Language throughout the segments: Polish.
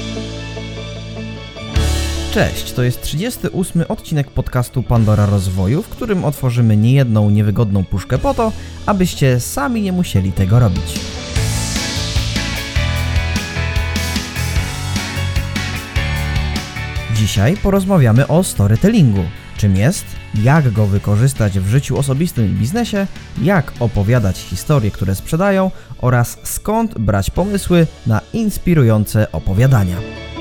Cześć, to jest 38. odcinek podcastu Pandora Rozwoju, w którym otworzymy niejedną niewygodną puszkę po to, abyście sami nie musieli tego robić. Dzisiaj porozmawiamy o storytellingu. Czym jest, jak go wykorzystać w życiu osobistym i biznesie, jak opowiadać historie, które sprzedają oraz skąd brać pomysły na inspirujące opowiadania.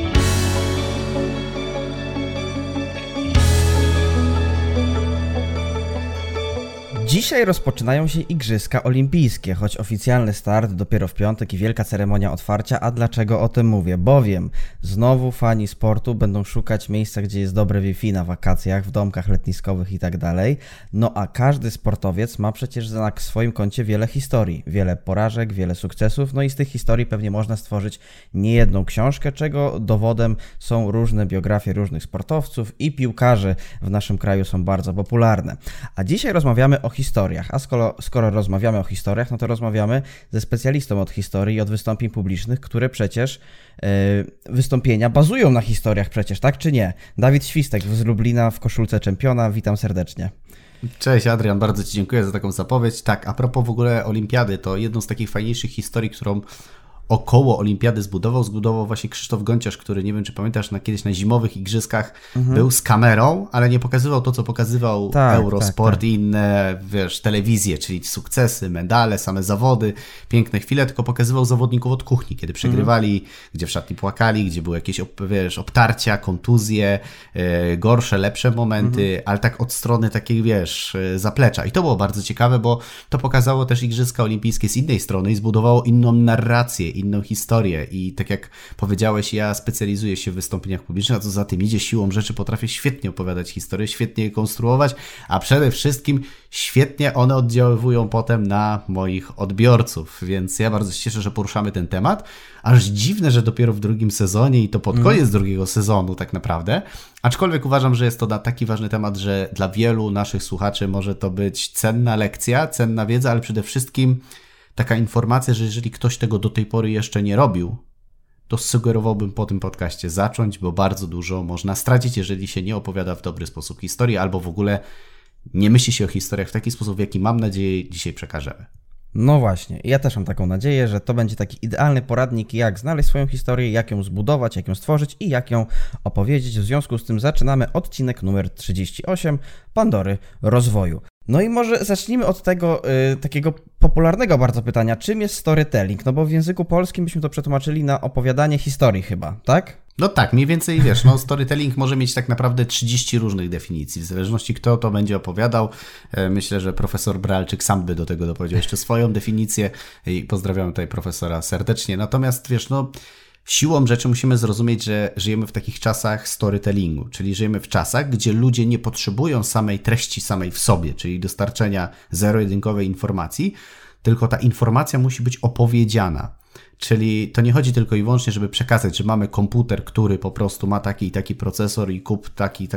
Dzisiaj rozpoczynają się Igrzyska Olimpijskie, choć oficjalny start dopiero w piątek i wielka ceremonia otwarcia. A dlaczego o tym mówię? Bowiem znowu fani sportu będą szukać miejsca, gdzie jest dobre Wi-Fi na wakacjach, w domkach letniskowych i tak dalej. No a każdy sportowiec ma przecież na swoim koncie wiele historii, wiele porażek, wiele sukcesów. No i z tych historii pewnie można stworzyć niejedną książkę, czego dowodem są różne biografie różnych sportowców i piłkarzy w naszym kraju są bardzo popularne. A dzisiaj rozmawiamy o historiach, a skoro rozmawiamy o historiach, no to rozmawiamy ze specjalistą od historii i od wystąpień publicznych, które przecież wystąpienia bazują na historiach przecież, tak czy nie? Dawid Świstek z Lublina w koszulce czempiona, witam serdecznie. Cześć Adrian, bardzo Ci dziękuję za taką zapowiedź. Tak, a propos w ogóle olimpiady, to jedną z takich fajniejszych historii, którą około olimpiady zbudował właśnie Krzysztof Gonciarz, który, nie wiem czy pamiętasz, kiedyś na zimowych igrzyskach był z kamerą, ale nie pokazywał to, co pokazywał Eurosport i inne, telewizje, czyli sukcesy, medale, same zawody, piękne chwile, tylko pokazywał zawodników od kuchni, kiedy przegrywali, gdzie w szatni płakali, gdzie były jakieś, obtarcia, kontuzje, gorsze, lepsze momenty, ale tak od strony takiej, zaplecza. I to było bardzo ciekawe, bo to pokazało też Igrzyska Olimpijskie z innej strony i zbudowało inną narrację, inną historię i tak jak powiedziałeś, ja specjalizuję się w wystąpieniach publicznych, a co za tym idzie, siłą rzeczy potrafię świetnie opowiadać historie, świetnie je konstruować, a przede wszystkim świetnie one oddziaływują potem na moich odbiorców, więc ja bardzo się cieszę, że poruszamy ten temat. Aż dziwne, że dopiero w drugim sezonie i to pod koniec drugiego sezonu tak naprawdę, aczkolwiek uważam, że jest to taki ważny temat, że dla wielu naszych słuchaczy może to być cenna lekcja, cenna wiedza, ale przede wszystkim taka informacja, że jeżeli ktoś tego do tej pory jeszcze nie robił, to sugerowałbym po tym podcaście zacząć, bo bardzo dużo można stracić, jeżeli się nie opowiada w dobry sposób historii, albo w ogóle nie myśli się o historiach w taki sposób, w jaki mam nadzieję dzisiaj przekażemy. No właśnie, ja też mam taką nadzieję, że to będzie taki idealny poradnik, jak znaleźć swoją historię, jak ją zbudować, jak ją stworzyć i jak ją opowiedzieć. W związku z tym zaczynamy odcinek numer 38 Pandory Rozwoju. No i może zacznijmy od tego takiego popularnego bardzo pytania, czym jest storytelling? No bo w języku polskim byśmy to przetłumaczyli na opowiadanie historii chyba, tak? No tak, mniej więcej storytelling może mieć tak naprawdę 30 różnych definicji, w zależności kto to będzie opowiadał. Myślę, że profesor Bralczyk sam by do tego dopowiedział jeszcze swoją definicję i pozdrawiam tutaj profesora serdecznie. Natomiast siłą rzeczy musimy zrozumieć, że żyjemy w takich czasach storytellingu, czyli żyjemy w czasach, gdzie ludzie nie potrzebują samej treści samej w sobie, czyli dostarczenia zero-jedynkowej informacji, tylko ta informacja musi być opowiedziana. Czyli to nie chodzi tylko i wyłącznie, żeby przekazać, że mamy komputer, który po prostu ma taki i taki procesor i kup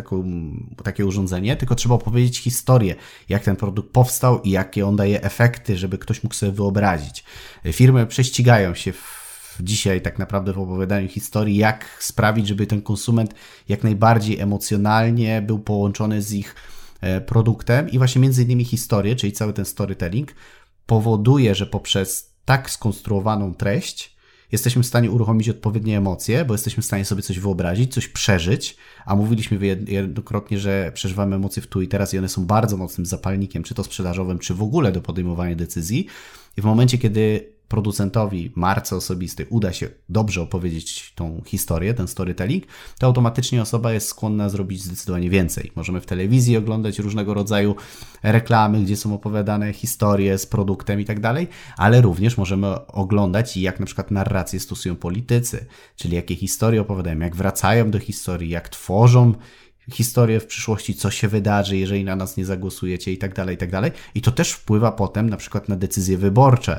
takie urządzenie, tylko trzeba opowiedzieć historię, jak ten produkt powstał i jakie on daje efekty, żeby ktoś mógł sobie wyobrazić. Firmy prześcigają się dzisiaj tak naprawdę w opowiadaniu historii, jak sprawić, żeby ten konsument jak najbardziej emocjonalnie był połączony z ich produktem i właśnie między innymi historię, czyli cały ten storytelling powoduje, że poprzez tak skonstruowaną treść jesteśmy w stanie uruchomić odpowiednie emocje, bo jesteśmy w stanie sobie coś wyobrazić, coś przeżyć, a mówiliśmy jednokrotnie, że przeżywamy emocje w tu i teraz i one są bardzo mocnym zapalnikiem, czy to sprzedażowym, czy w ogóle do podejmowania decyzji. I w momencie, kiedy producentowi, marce osobistej uda się dobrze opowiedzieć tą historię, ten storytelling, to automatycznie osoba jest skłonna zrobić zdecydowanie więcej. Możemy w telewizji oglądać różnego rodzaju reklamy, gdzie są opowiadane historie z produktem i tak dalej, ale również możemy oglądać, jak na przykład narrację stosują politycy, czyli jakie historie opowiadają, jak wracają do historii, jak tworzą historię w przyszłości, co się wydarzy, jeżeli na nas nie zagłosujecie i tak dalej, i tak dalej. I to też wpływa potem na przykład na decyzje wyborcze.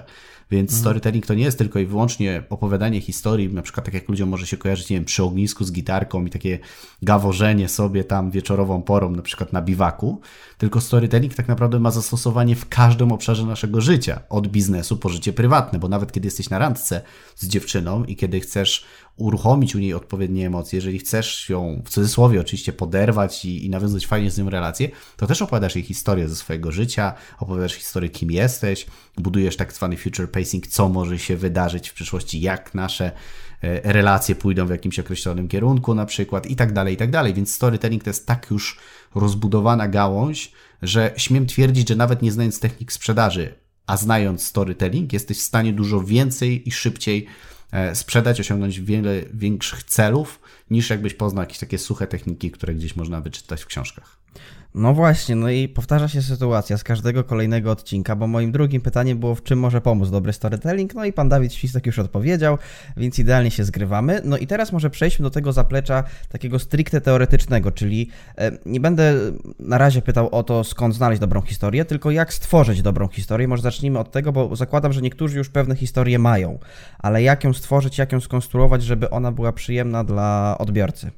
Więc storytelling to nie jest tylko i wyłącznie opowiadanie historii, na przykład tak jak ludziom może się kojarzyć, nie wiem, przy ognisku z gitarką i takie gaworzenie sobie tam wieczorową porą, na przykład na biwaku, tylko storytelling tak naprawdę ma zastosowanie w każdym obszarze naszego życia, od biznesu po życie prywatne, bo nawet kiedy jesteś na randce z dziewczyną i kiedy chcesz uruchomić u niej odpowiednie emocje, jeżeli chcesz ją, w cudzysłowie oczywiście, poderwać i nawiązać fajnie z nią relację, to też opowiadasz jej historię ze swojego życia, opowiadasz historię, kim jesteś, budujesz tak zwany future pacing, co może się wydarzyć w przyszłości, jak nasze relacje pójdą w jakimś określonym kierunku na przykład i tak dalej, i tak dalej. Więc storytelling to jest tak już rozbudowana gałąź, że śmiem twierdzić, że nawet nie znając technik sprzedaży, a znając storytelling, jesteś w stanie dużo więcej i szybciej sprzedać, osiągnąć wiele większych celów, niż jakbyś poznał jakieś takie suche techniki, które gdzieś można wyczytać w książkach. No właśnie, no i powtarza się sytuacja z każdego kolejnego odcinka, bo moim drugim pytaniem było, w czym może pomóc dobry storytelling, no i pan Dawid Świstek już odpowiedział, więc idealnie się zgrywamy. No i teraz może przejdźmy do tego zaplecza takiego stricte teoretycznego, czyli nie będę na razie pytał o to, skąd znaleźć dobrą historię, tylko jak stworzyć dobrą historię. Może zacznijmy od tego, bo zakładam, że niektórzy już pewne historie mają, ale jak ją stworzyć, jak ją skonstruować, żeby ona była przyjemna dla odbiorcy?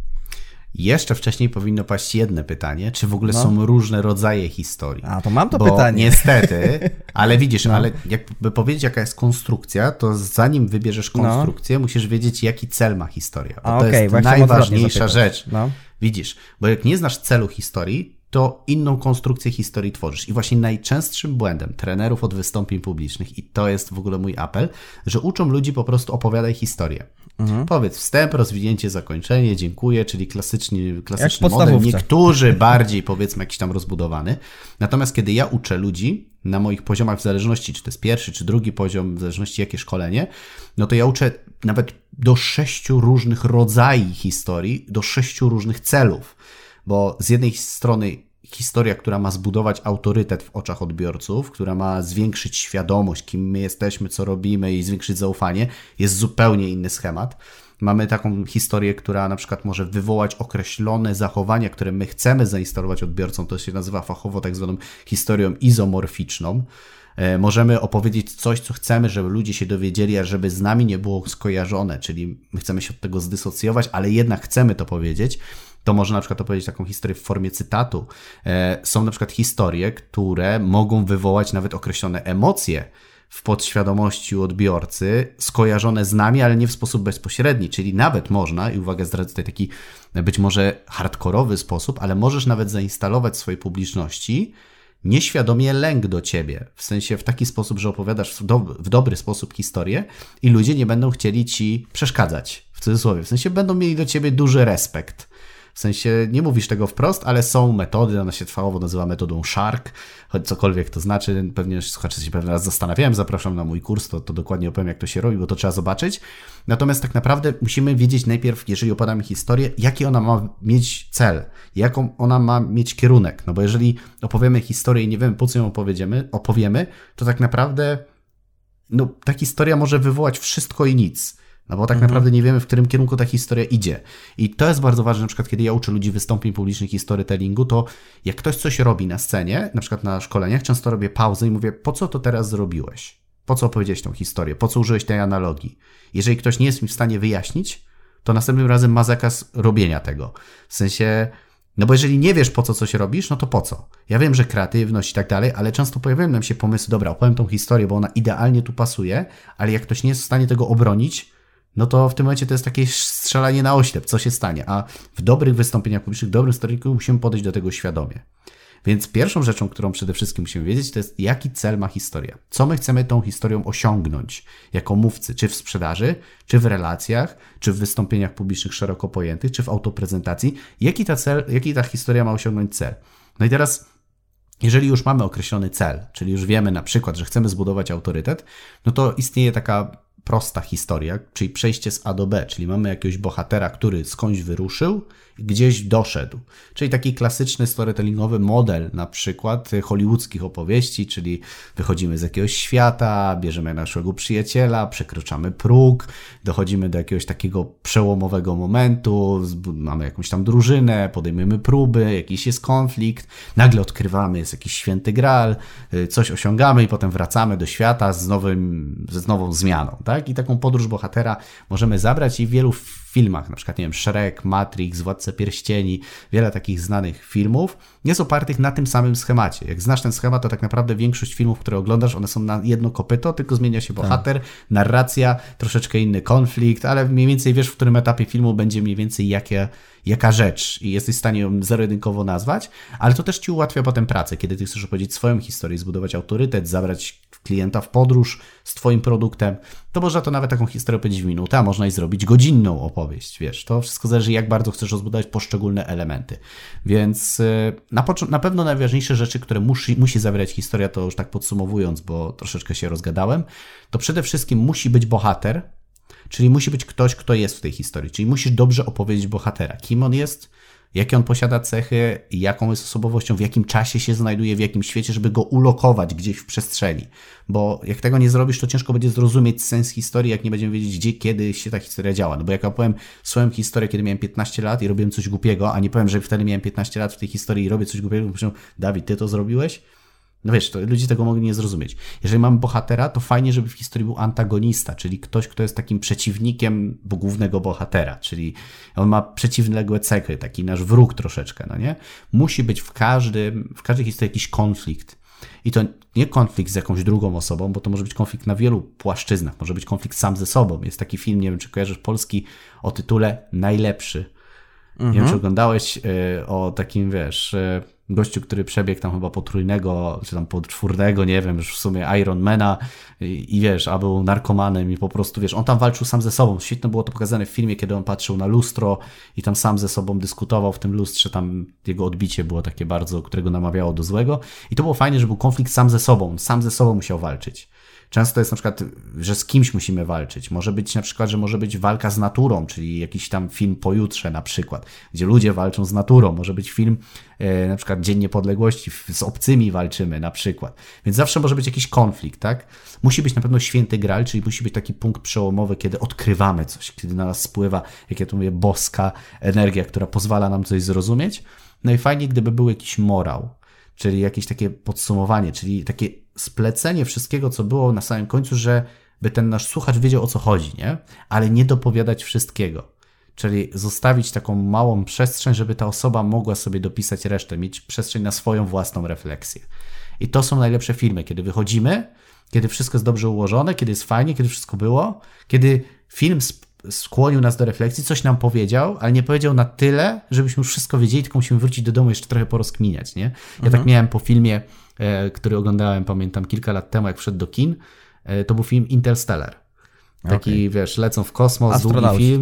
Jeszcze wcześniej powinno paść jedno pytanie, czy w ogóle są różne rodzaje historii. A, to mam to bo pytanie. Niestety, ale widzisz, ale jakby powiedzieć, jaka jest konstrukcja, to zanim wybierzesz konstrukcję, musisz wiedzieć, jaki cel ma historia. Bo to jest najważniejsza rzecz. No. Widzisz, bo jak nie znasz celu historii, to inną konstrukcję historii tworzysz. I właśnie najczęstszym błędem trenerów od wystąpień publicznych, i to jest w ogóle mój apel, że uczą ludzi po prostu opowiadaj historię. Powiedz wstęp, rozwinięcie, zakończenie, dziękuję, czyli klasyczny model. Niektórzy bardziej, powiedzmy, jakiś tam rozbudowany. Natomiast kiedy ja uczę ludzi na moich poziomach, w zależności czy to jest pierwszy, czy drugi poziom, w zależności jakie szkolenie, no to ja uczę nawet do 6 różnych rodzajów historii, do 6 różnych celów. Bo z jednej strony historia, która ma zbudować autorytet w oczach odbiorców, która ma zwiększyć świadomość, kim my jesteśmy, co robimy i zwiększyć zaufanie, jest zupełnie inny schemat. Mamy taką historię, która na przykład może wywołać określone zachowania, które my chcemy zainstalować odbiorcom. To się nazywa fachowo tak zwaną historią izomorficzną. Możemy opowiedzieć coś, co chcemy, żeby ludzie się dowiedzieli, a żeby z nami nie było skojarzone, czyli my chcemy się od tego zdysocjować, ale jednak chcemy to powiedzieć. To można na przykład opowiedzieć taką historię w formie cytatu. Są na przykład historie, które mogą wywołać nawet określone emocje w podświadomości odbiorcy, skojarzone z nami, ale nie w sposób bezpośredni, czyli nawet można, i uwaga, zdradzę tutaj taki być może hardkorowy sposób, ale możesz nawet zainstalować w swojej publiczności nieświadomie lęk do ciebie, w sensie w taki sposób, że opowiadasz w dobry sposób historię i ludzie nie będą chcieli ci przeszkadzać, w cudzysłowie, w sensie będą mieli do ciebie duży respekt. W sensie nie mówisz tego wprost, ale są metody, ona się fachowo nazywa metodą SHARK, choć cokolwiek to znaczy, pewnie słuchacze się pewnie raz zastanawiałem, zapraszam na mój kurs, to dokładnie opowiem, jak to się robi, bo to trzeba zobaczyć. Natomiast tak naprawdę musimy wiedzieć najpierw, jeżeli opowiadamy historię, jaki ona ma mieć cel, jaką ona ma mieć kierunek, no bo jeżeli opowiemy historię i nie wiemy, po co ją opowiemy, to tak naprawdę ta historia może wywołać wszystko i nic. No bo tak naprawdę nie wiemy, w którym kierunku ta historia idzie. I to jest bardzo ważne, na przykład kiedy ja uczę ludzi wystąpień publicznych i storytellingu, to jak ktoś coś robi na scenie, na przykład na szkoleniach, często robię pauzę i mówię, po co to teraz zrobiłeś? Po co opowiedziałeś tą historię? Po co użyłeś tej analogii? Jeżeli ktoś nie jest mi w stanie wyjaśnić, to następnym razem ma zakaz robienia tego. W sensie, no bo jeżeli nie wiesz, po co coś robisz, no to po co? Ja wiem, że kreatywność i tak dalej, ale często pojawiają nam się pomysły, dobra, opowiem tą historię, bo ona idealnie tu pasuje, ale jak ktoś nie jest w stanie tego obronić, no to w tym momencie to jest takie strzelanie na oślep, co się stanie. A w dobrych wystąpieniach publicznych, w dobrym storytellingu musimy podejść do tego świadomie. Więc pierwszą rzeczą, którą przede wszystkim musimy wiedzieć, to jest jaki cel ma historia. Co my chcemy tą historią osiągnąć jako mówcy, czy w sprzedaży, czy w relacjach, czy w wystąpieniach publicznych szeroko pojętych, czy w autoprezentacji. Jaki ta historia ma osiągnąć cel? No i teraz, jeżeli już mamy określony cel, czyli już wiemy na przykład, że chcemy zbudować autorytet, no to istnieje taka prosta historia, czyli przejście z A do B, czyli mamy jakiegoś bohatera, który skądś wyruszył, gdzieś doszedł. Czyli taki klasyczny storytellingowy model na przykład hollywoodzkich opowieści, czyli wychodzimy z jakiegoś świata, bierzemy naszego przyjaciela, przekroczamy próg, dochodzimy do jakiegoś takiego przełomowego momentu, mamy jakąś tam drużynę, podejmujemy próby, jakiś jest konflikt, nagle odkrywamy, jest jakiś święty graal, coś osiągamy i potem wracamy do świata z nową zmianą, tak? I taką podróż bohatera możemy zabrać i w wielu filmach, na przykład, nie wiem, Shrek, Matrix, Władca Pierścieni, wiele takich znanych filmów jest opartych na tym samym schemacie. Jak znasz ten schemat, to tak naprawdę większość filmów, które oglądasz, one są na jedno kopyto, tylko zmienia się bohater, narracja, troszeczkę inny konflikt, ale mniej więcej wiesz, w którym etapie filmu będzie mniej więcej jaka rzecz i jesteś w stanie ją zero-jedynkowo nazwać, ale to też ci ułatwia potem pracę, kiedy ty chcesz opowiedzieć swoją historię, zbudować autorytet, zabrać klienta w podróż z twoim produktem, to można to nawet taką historię opowiedzieć w minutę, a można i zrobić godzinną opowieść, wiesz, to wszystko zależy, jak bardzo chcesz rozbudować poszczególne elementy, więc na pewno najważniejsze rzeczy, które musi zawierać historia, to już tak podsumowując, bo troszeczkę się rozgadałem, to przede wszystkim musi być bohater, czyli musi być ktoś, kto jest w tej historii, czyli musisz dobrze opowiedzieć bohatera, kim on jest, jakie on posiada cechy, jaką jest osobowością, w jakim czasie się znajduje, w jakim świecie, żeby go ulokować gdzieś w przestrzeni. Bo jak tego nie zrobisz, to ciężko będzie zrozumieć sens historii, jak nie będziemy wiedzieć, gdzie, kiedy się ta historia działa. No bo jak ja powiem swoją historię, kiedy miałem 15 lat i robiłem coś głupiego, a nie powiem, że wtedy miałem 15 lat w tej historii i robię coś głupiego, to myślę, Dawid, ty to zrobiłeś? No wiesz, to ludzie tego mogli nie zrozumieć. Jeżeli mamy bohatera, to fajnie, żeby w historii był antagonista, czyli ktoś, kto jest takim przeciwnikiem głównego bohatera, czyli on ma przeciwległe cechy, taki nasz wróg troszeczkę, no nie? Musi być w każdej historii jakiś konflikt. I to nie konflikt z jakąś drugą osobą, bo to może być konflikt na wielu płaszczyznach, może być konflikt sam ze sobą. Jest taki film, nie wiem, czy kojarzysz, polski o tytule Najlepszy. Nie wiem, czy oglądałeś o takim, wiesz, gościu, który przebiegł tam chyba potrójnego, czy tam czwórnego, nie wiem, już w sumie Ironmana i wiesz, a był narkomanem i po prostu, wiesz, on tam walczył sam ze sobą. Świetnie było to pokazane w filmie, kiedy on patrzył na lustro i tam sam ze sobą dyskutował w tym lustrze, tam jego odbicie było takie bardzo, którego namawiało do złego i to było fajnie, że był konflikt sam ze sobą musiał walczyć. Często jest na przykład, że z kimś musimy walczyć. Może być na przykład, że może być walka z naturą, czyli jakiś tam film Pojutrze na przykład, gdzie ludzie walczą z naturą. Może być film na przykład Dzień Niepodległości, z obcymi walczymy na przykład. Więc zawsze może być jakiś konflikt, tak? Musi być na pewno święty graal, czyli musi być taki punkt przełomowy, kiedy odkrywamy coś, kiedy na nas spływa, jak ja tu mówię, boska energia, która pozwala nam coś zrozumieć. No i fajnie, gdyby był jakiś morał, czyli jakieś takie podsumowanie, czyli takie splecenie wszystkiego, co było na samym końcu, żeby ten nasz słuchacz wiedział, o co chodzi, nie? Ale nie dopowiadać wszystkiego. Czyli zostawić taką małą przestrzeń, żeby ta osoba mogła sobie dopisać resztę, mieć przestrzeń na swoją własną refleksję. I to są najlepsze filmy, kiedy wychodzimy, kiedy wszystko jest dobrze ułożone, kiedy jest fajnie, kiedy wszystko było, kiedy film skłonił nas do refleksji, coś nam powiedział, ale nie powiedział na tyle, żebyśmy już wszystko wiedzieli, tylko musimy wrócić do domu jeszcze trochę porozkminiać, nie? Ja tak miałem po filmie, który oglądałem, pamiętam, kilka lat temu, jak wszedł do kin, to był film Interstellar. Taki, wiesz, lecą w kosmos, długi film.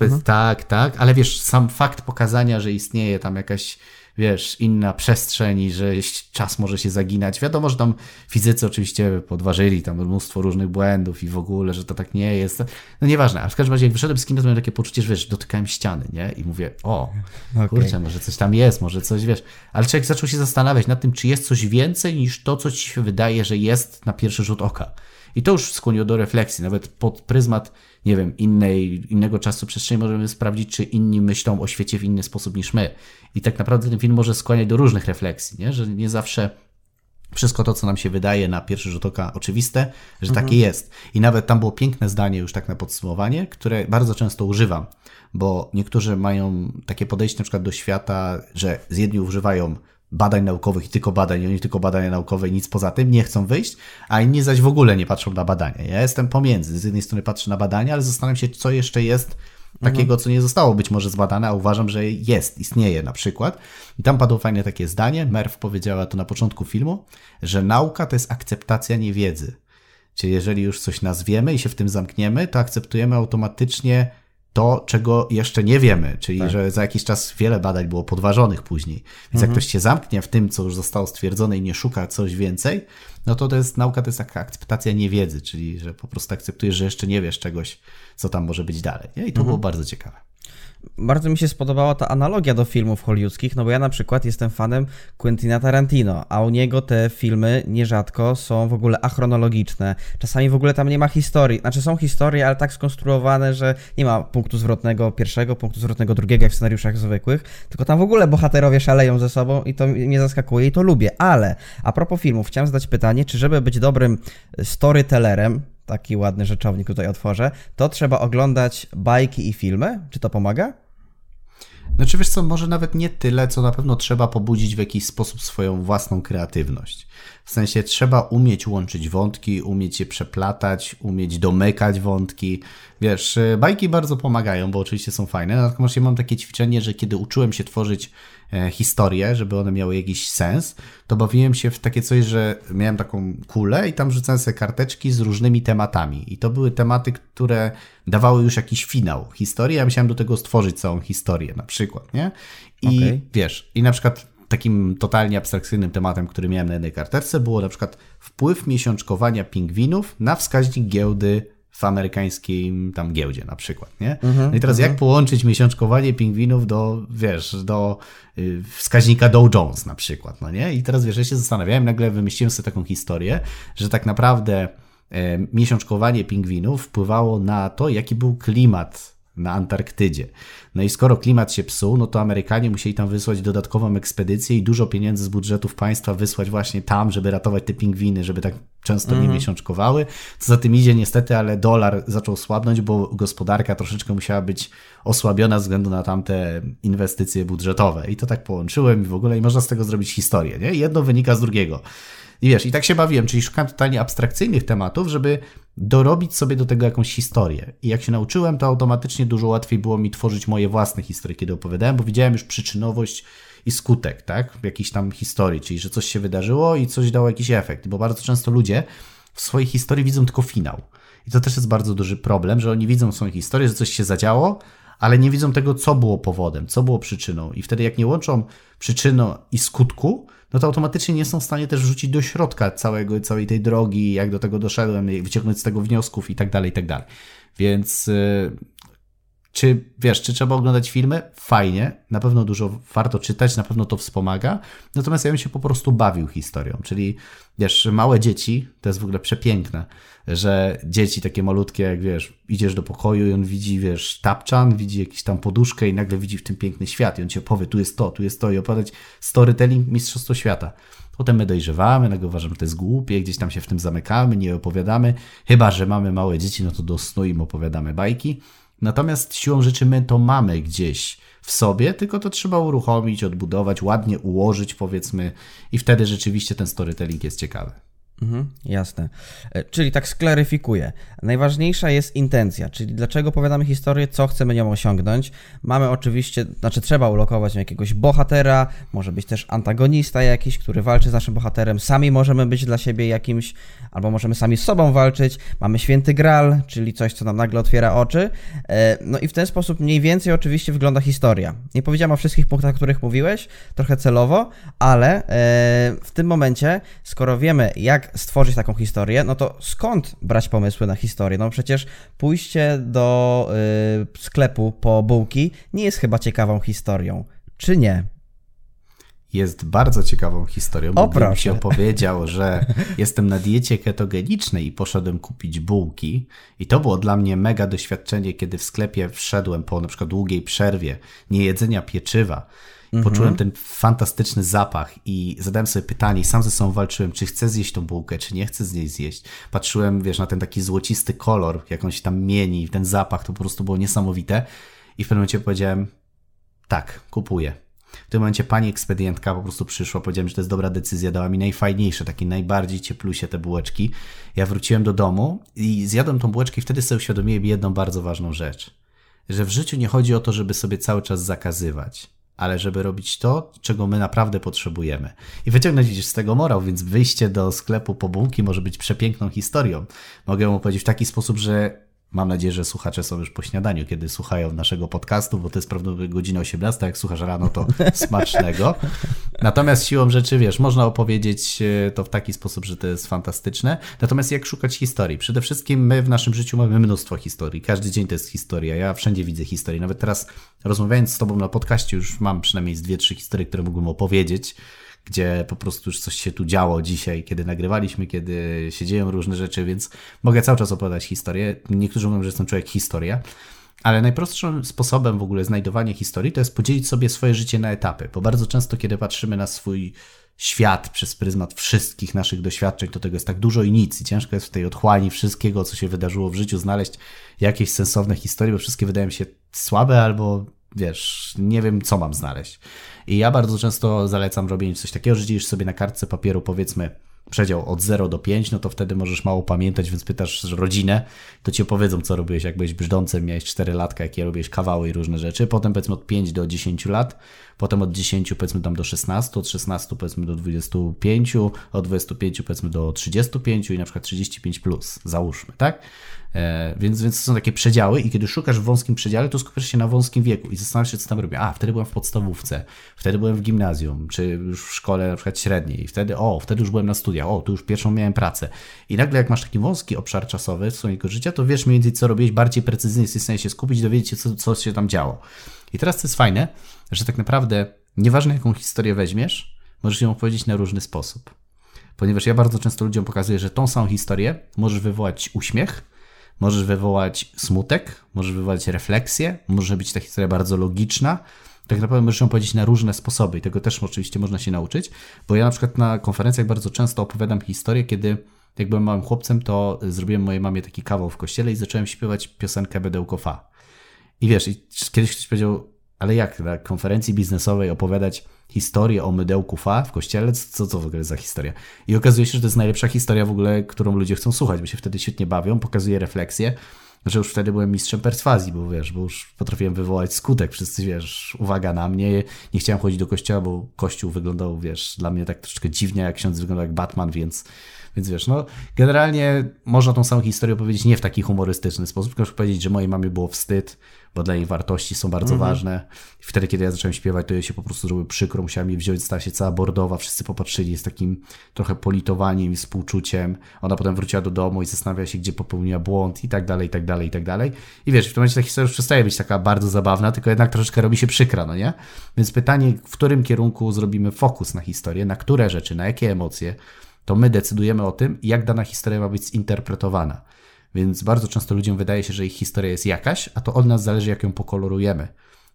Tak, ale wiesz, sam fakt pokazania, że istnieje tam jakaś, wiesz, inna przestrzeń i że czas może się zaginać. Wiadomo, że tam fizycy oczywiście podważyli tam mnóstwo różnych błędów i w ogóle, że to tak nie jest. No nieważne, ale w każdym razie jak wyszedłem z kina, to miałem takie poczucie, że wiesz, dotykałem ściany, nie? I mówię, kurczę, może coś tam jest, może coś, wiesz. Ale człowiek zaczął się zastanawiać nad tym, czy jest coś więcej niż to, co ci się wydaje, że jest na pierwszy rzut oka. I to już skłoniło do refleksji. Nawet pod pryzmat, nie wiem, innego czasu przestrzeni możemy sprawdzić, czy inni myślą o świecie w inny sposób niż my. I tak naprawdę ten film może skłaniać do różnych refleksji, nie? Że nie zawsze wszystko to, co nam się wydaje na pierwszy rzut oka oczywiste, że takie jest. I nawet tam było piękne zdanie już tak na podsumowanie, które bardzo często używam, bo niektórzy mają takie podejście na przykład do świata, że z jedni używają badań naukowych i tylko badań, i oni tylko badania naukowe i nic poza tym, nie chcą wyjść, a inni zaś w ogóle nie patrzą na badania. Ja jestem pomiędzy. Z jednej strony patrzę na badania, ale zastanawiam się, co jeszcze jest takiego, co nie zostało być może zbadane, a uważam, że istnieje na przykład. I tam padło fajne takie zdanie, Merv powiedziała to na początku filmu, że nauka to jest akceptacja niewiedzy. Czyli jeżeli już coś nazwiemy i się w tym zamkniemy, to akceptujemy automatycznie to, czego jeszcze nie wiemy, czyli że za jakiś czas wiele badań było podważonych później. Więc jak ktoś się zamknie w tym, co już zostało stwierdzone i nie szuka coś więcej, no to nauka to jest taka akceptacja niewiedzy, czyli że po prostu akceptujesz, że jeszcze nie wiesz czegoś, co tam może być dalej. Nie? I to było bardzo ciekawe. Bardzo mi się spodobała ta analogia do filmów hollywoodzkich, no bo ja na przykład jestem fanem Quentina Tarantino, a u niego te filmy nierzadko są w ogóle achronologiczne. Czasami w ogóle tam nie ma historii. Znaczy są historie, ale tak skonstruowane, że nie ma punktu zwrotnego pierwszego, punktu zwrotnego drugiego, jak w scenariuszach zwykłych, tylko tam w ogóle bohaterowie szaleją ze sobą i to mnie zaskakuje i to lubię. Ale a propos filmów, chciałem zadać pytanie, czy żeby być dobrym storytellerem, taki ładny rzeczownik tutaj otworzę, to trzeba oglądać bajki i filmy? Czy to pomaga? Znaczy wiesz co, może nawet nie tyle, co na pewno trzeba pobudzić w jakiś sposób swoją własną kreatywność. W sensie trzeba umieć łączyć wątki, umieć je przeplatać, umieć domykać wątki. Wiesz, bajki bardzo pomagają, bo oczywiście są fajne, natomiast ja mam takie ćwiczenie, że kiedy uczyłem się tworzyć historie, żeby one miały jakiś sens, to bawiłem się w takie coś, że miałem taką kulę i tam rzucałem sobie karteczki z różnymi tematami. I to były tematy, które dawały już jakiś finał historii, ja musiałem do tego stworzyć całą historię na przykład, nie? I wiesz, i na przykład takim totalnie abstrakcyjnym tematem, który miałem na jednej karteczce, było na przykład wpływ miesiączkowania pingwinów na wskaźnik giełdy w amerykańskiej tam giełdzie na przykład, nie? No i teraz jak połączyć miesiączkowanie pingwinów do, wiesz, do wskaźnika Dow Jones na przykład, no nie? I teraz, wiesz, ja się zastanawiałem, nagle wymyśliłem sobie taką historię, że tak naprawdę miesiączkowanie pingwinów wpływało na to, jaki był klimat na Antarktydzie. No i skoro klimat się psuł, no to Amerykanie musieli tam wysłać dodatkową ekspedycję i dużo pieniędzy z budżetów państwa wysłać właśnie tam, żeby ratować te pingwiny, żeby tak często nie miesiączkowały. Co za tym idzie niestety, ale dolar zaczął słabnąć, bo gospodarka troszeczkę musiała być osłabiona ze względu na tamte inwestycje budżetowe. I to tak połączyłem i w ogóle i można z tego zrobić historię, nie? I jedno wynika z drugiego. I wiesz, i tak się bawiłem, czyli szukałem totalnie abstrakcyjnych tematów, żeby dorobić sobie do tego jakąś historię. I jak się nauczyłem, to automatycznie dużo łatwiej było mi tworzyć moje własne historie, kiedy opowiadałem, bo widziałem już przyczynowość i skutek, tak? W jakiejś tam historii, czyli że coś się wydarzyło i coś dało jakiś efekt. Bo bardzo często ludzie w swojej historii widzą tylko finał. I to też jest bardzo duży problem, że oni widzą swoją historię, że coś się zadziało, ale nie widzą tego, co było powodem, co było przyczyną. I wtedy jak nie łączą przyczyny i skutku, no to automatycznie nie są w stanie też wrzucić do środka całej tej drogi, jak do tego doszedłem, wyciągnąć z tego wniosków i tak dalej, i tak dalej. Więc czy trzeba oglądać filmy? Fajnie, na pewno dużo warto czytać, na pewno to wspomaga, natomiast ja bym się po prostu bawił historią, czyli wiesz, małe dzieci, to jest w ogóle przepiękne, że dzieci takie malutkie, jak wiesz, idziesz do pokoju i on widzi, wiesz, tapczan, widzi jakąś tam poduszkę i nagle widzi w tym piękny świat i on ci opowie, tu jest to i opowiadać storytelling mistrzostwo świata. Potem my dojrzewamy, nagle uważamy, że to jest głupie, gdzieś tam się w tym zamykamy, nie opowiadamy, chyba że mamy małe dzieci, no to do snu im opowiadamy bajki. Natomiast siłą rzeczy my to mamy gdzieś w sobie, tylko to trzeba uruchomić, odbudować, ładnie ułożyć, powiedzmy, i wtedy rzeczywiście ten storytelling jest ciekawy. Jasne. Czyli tak sklaryfikuję. Najważniejsza jest intencja, czyli dlaczego opowiadamy historię, co chcemy nią osiągnąć. Mamy oczywiście, trzeba ulokować jakiegoś bohatera, może być też antagonista jakiś, który walczy z naszym bohaterem. Sami możemy być dla siebie jakimś, albo możemy sami z sobą walczyć. Mamy święty Graal, czyli coś, co nam nagle otwiera oczy. No i w ten sposób mniej więcej oczywiście wygląda historia. Nie powiedziałem o wszystkich punktach, o których mówiłeś, trochę celowo, ale w tym momencie, skoro wiemy, jak stworzyć taką historię, no to skąd brać pomysły na historię? No przecież pójście do sklepu po bułki nie jest chyba ciekawą historią, czy nie? Jest bardzo ciekawą historią. Gdybym się opowiedział, że jestem na diecie ketogenicznej i poszedłem kupić bułki i to było dla mnie mega doświadczenie, kiedy w sklepie wszedłem po na przykład długiej przerwie niejedzenia pieczywa. Poczułem ten fantastyczny zapach i zadałem sobie pytanie i sam ze sobą walczyłem, czy chcę zjeść tą bułkę, czy nie chcę z niej zjeść. Patrzyłem, wiesz, na ten taki złocisty kolor, jak on się tam mieni, ten zapach, to po prostu było niesamowite i w pewnym momencie powiedziałem, tak, kupuję. W tym momencie pani ekspedientka po prostu przyszła, powiedziałem, że to jest dobra decyzja, dała mi najfajniejsze, takie najbardziej cieplusie te bułeczki. Ja wróciłem do domu i zjadłem tą bułeczkę i wtedy sobie uświadomiłem jedną bardzo ważną rzecz, że w życiu nie chodzi o to, żeby sobie cały czas zakazywać, ale żeby robić to, czego my naprawdę potrzebujemy. I wyciągnąć z tego morał, więc wyjście do sklepu po bułki może być przepiękną historią. Mogę mu powiedzieć w taki sposób, że Mam nadzieję, że słuchacze są już po śniadaniu, kiedy słuchają naszego podcastu, bo to jest prawdopodobnie godzina 18, jak słuchasz rano, to smacznego. Natomiast siłą rzeczy, wiesz, można opowiedzieć to w taki sposób, że to jest fantastyczne. Natomiast jak szukać historii? Przede wszystkim my w naszym życiu mamy mnóstwo historii. Każdy dzień to jest historia. Ja wszędzie widzę historię. Nawet teraz rozmawiając z tobą na podcaście już mam przynajmniej 2-3 historie, które mógłbym opowiedzieć, gdzie po prostu już coś się tu działo dzisiaj, kiedy nagrywaliśmy, kiedy się dzieją różne rzeczy, więc mogę cały czas opowiadać historię. Niektórzy mówią, że jestem człowiek historia, ale najprostszym sposobem w ogóle znajdowania historii to jest podzielić sobie swoje życie na etapy, bo bardzo często, kiedy patrzymy na swój świat przez pryzmat wszystkich naszych doświadczeń, to tego jest tak dużo i nic i ciężko jest w tej otchłani wszystkiego, co się wydarzyło w życiu, znaleźć jakieś sensowne historie, bo wszystkie wydają się słabe albo wiesz, nie wiem, co mam znaleźć. I ja bardzo często zalecam robienie coś takiego, że dzielisz sobie na kartce papieru, powiedzmy, przedział od 0 do 5, no to wtedy możesz mało pamiętać, więc pytasz rodzinę, to ci opowiedzą, co robiłeś, jak byłeś brzdącem, miałeś 4 latka, jakie robiłeś kawały i różne rzeczy. Potem powiedzmy od 5 do 10 lat, potem od 10 powiedzmy tam do 16, od 16 powiedzmy do 25, od 25 powiedzmy do 35 i na przykład 35 plus, załóżmy, tak? Więc to są takie przedziały i kiedy szukasz w wąskim przedziale, to skupiasz się na wąskim wieku i zastanawiasz się, co tam robię. Wtedy byłem w podstawówce, wtedy byłem w gimnazjum, czy już w szkole na przykład średniej, wtedy już byłem na studiach, tu już pierwszą miałem pracę. I nagle jak masz taki wąski obszar czasowy swojego życia, to wiesz mniej więcej, co robiłeś, bardziej precyzyjnie jesteś w stanie się skupić, dowiedzieć się, co się tam działo. I teraz to jest fajne, że tak naprawdę nieważne jaką historię weźmiesz, możesz ją opowiedzieć na różny sposób. Ponieważ ja bardzo często ludziom pokazuję, że tą samą historię możesz wywołać uśmiech, możesz wywołać smutek, możesz wywołać refleksję, może być ta historia bardzo logiczna. Tak naprawdę możesz ją powiedzieć na różne sposoby i tego też oczywiście można się nauczyć, bo ja na przykład na konferencjach bardzo często opowiadam historię, kiedy jak byłem małym chłopcem, to zrobiłem mojej mamie taki kawał w kościele i zacząłem śpiewać piosenkę Bedełko Fa. I wiesz, kiedyś ktoś powiedział, ale jak na konferencji biznesowej opowiadać historię o mydełku Fa w kościele? Co w ogóle za historia? I okazuje się, że to jest najlepsza historia w ogóle, którą ludzie chcą słuchać, bo się wtedy świetnie bawią, pokazuje refleksję, że już wtedy byłem mistrzem perswazji, bo już potrafiłem wywołać skutek. Wszyscy, uwaga na mnie. Nie chciałem chodzić do kościoła, bo kościół wyglądał, dla mnie tak troszeczkę dziwnie, jak ksiądz wyglądał jak Batman, więc generalnie można tą samą historię opowiedzieć nie w taki humorystyczny sposób, tylko powiedzieć, że mojej mamie było wstyd, bo dla jej wartości są bardzo ważne. I wtedy, kiedy ja zacząłem śpiewać, to jej się po prostu zrobiło przykro, musiałem jej wziąć, stała się cała bordowa, wszyscy popatrzyli z takim trochę politowaniem i współczuciem. Ona potem wróciła do domu i zastanawia się, gdzie popełniła błąd i tak dalej, i tak dalej, i tak dalej. I w tym momencie ta historia już przestaje być taka bardzo zabawna, tylko jednak troszeczkę robi się przykra, no nie? Więc pytanie, w którym kierunku zrobimy fokus na historię, na które rzeczy, na jakie emocje, to my decydujemy o tym, jak dana historia ma być zinterpretowana. Więc bardzo często ludziom wydaje się, że ich historia jest jakaś, a to od nas zależy, jak ją pokolorujemy.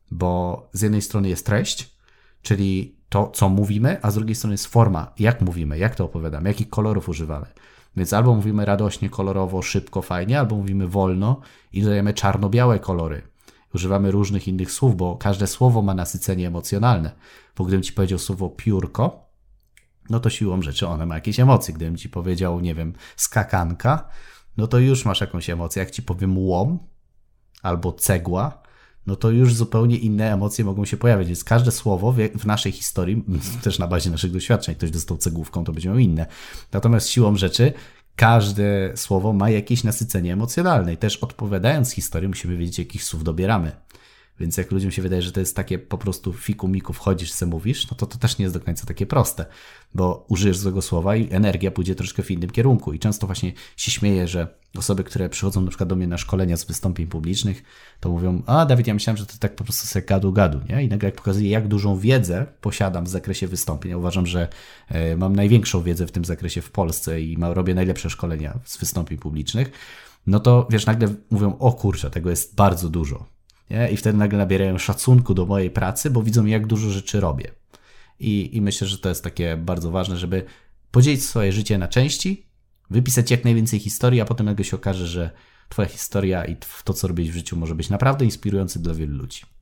Bo z jednej strony jest treść, czyli to, co mówimy, a z drugiej strony jest forma, jak mówimy, jak to opowiadamy, jakich kolorów używamy. Więc albo mówimy radośnie, kolorowo, szybko, fajnie, albo mówimy wolno i dodajemy czarno-białe kolory. Używamy różnych innych słów, bo każde słowo ma nasycenie emocjonalne. Bo gdybym ci powiedział słowo piórko, no to siłą rzeczy one ma jakieś emocje. Gdybym ci powiedział, nie wiem, skakanka, no to już masz jakąś emocję. Jak ci powiem łom albo cegła, no to już zupełnie inne emocje mogą się pojawiać. Więc każde słowo w naszej historii, też na bazie naszych doświadczeń, ktoś dostał cegłówką, to będzie miał inne. Natomiast siłą rzeczy każde słowo ma jakieś nasycenie emocjonalne i też odpowiadając historii musimy wiedzieć, jakich słów dobieramy. Więc jak ludziom się wydaje, że to jest takie po prostu fiku-miku, wchodzisz, se mówisz, no to też nie jest do końca takie proste, bo użyjesz złego słowa i energia pójdzie troszkę w innym kierunku. I często właśnie się śmieję, że osoby, które przychodzą na przykład do mnie na szkolenia z wystąpień publicznych, to mówią, Dawid, ja myślałem, że to tak po prostu sobie gadu, nie? I nagle jak pokazuję, jak dużą wiedzę posiadam w zakresie wystąpień, ja uważam, że mam największą wiedzę w tym zakresie w Polsce i robię najlepsze szkolenia z wystąpień publicznych, no to nagle mówią, o kurczę, tego jest bardzo dużo. Nie? I wtedy nagle nabierają szacunku do mojej pracy, bo widzą, jak dużo rzeczy robię. I myślę, że to jest takie bardzo ważne, żeby podzielić swoje życie na części, wypisać jak najwięcej historii, a potem nagle się okaże, że twoja historia i to, co robisz w życiu, może być naprawdę inspirujący dla wielu ludzi.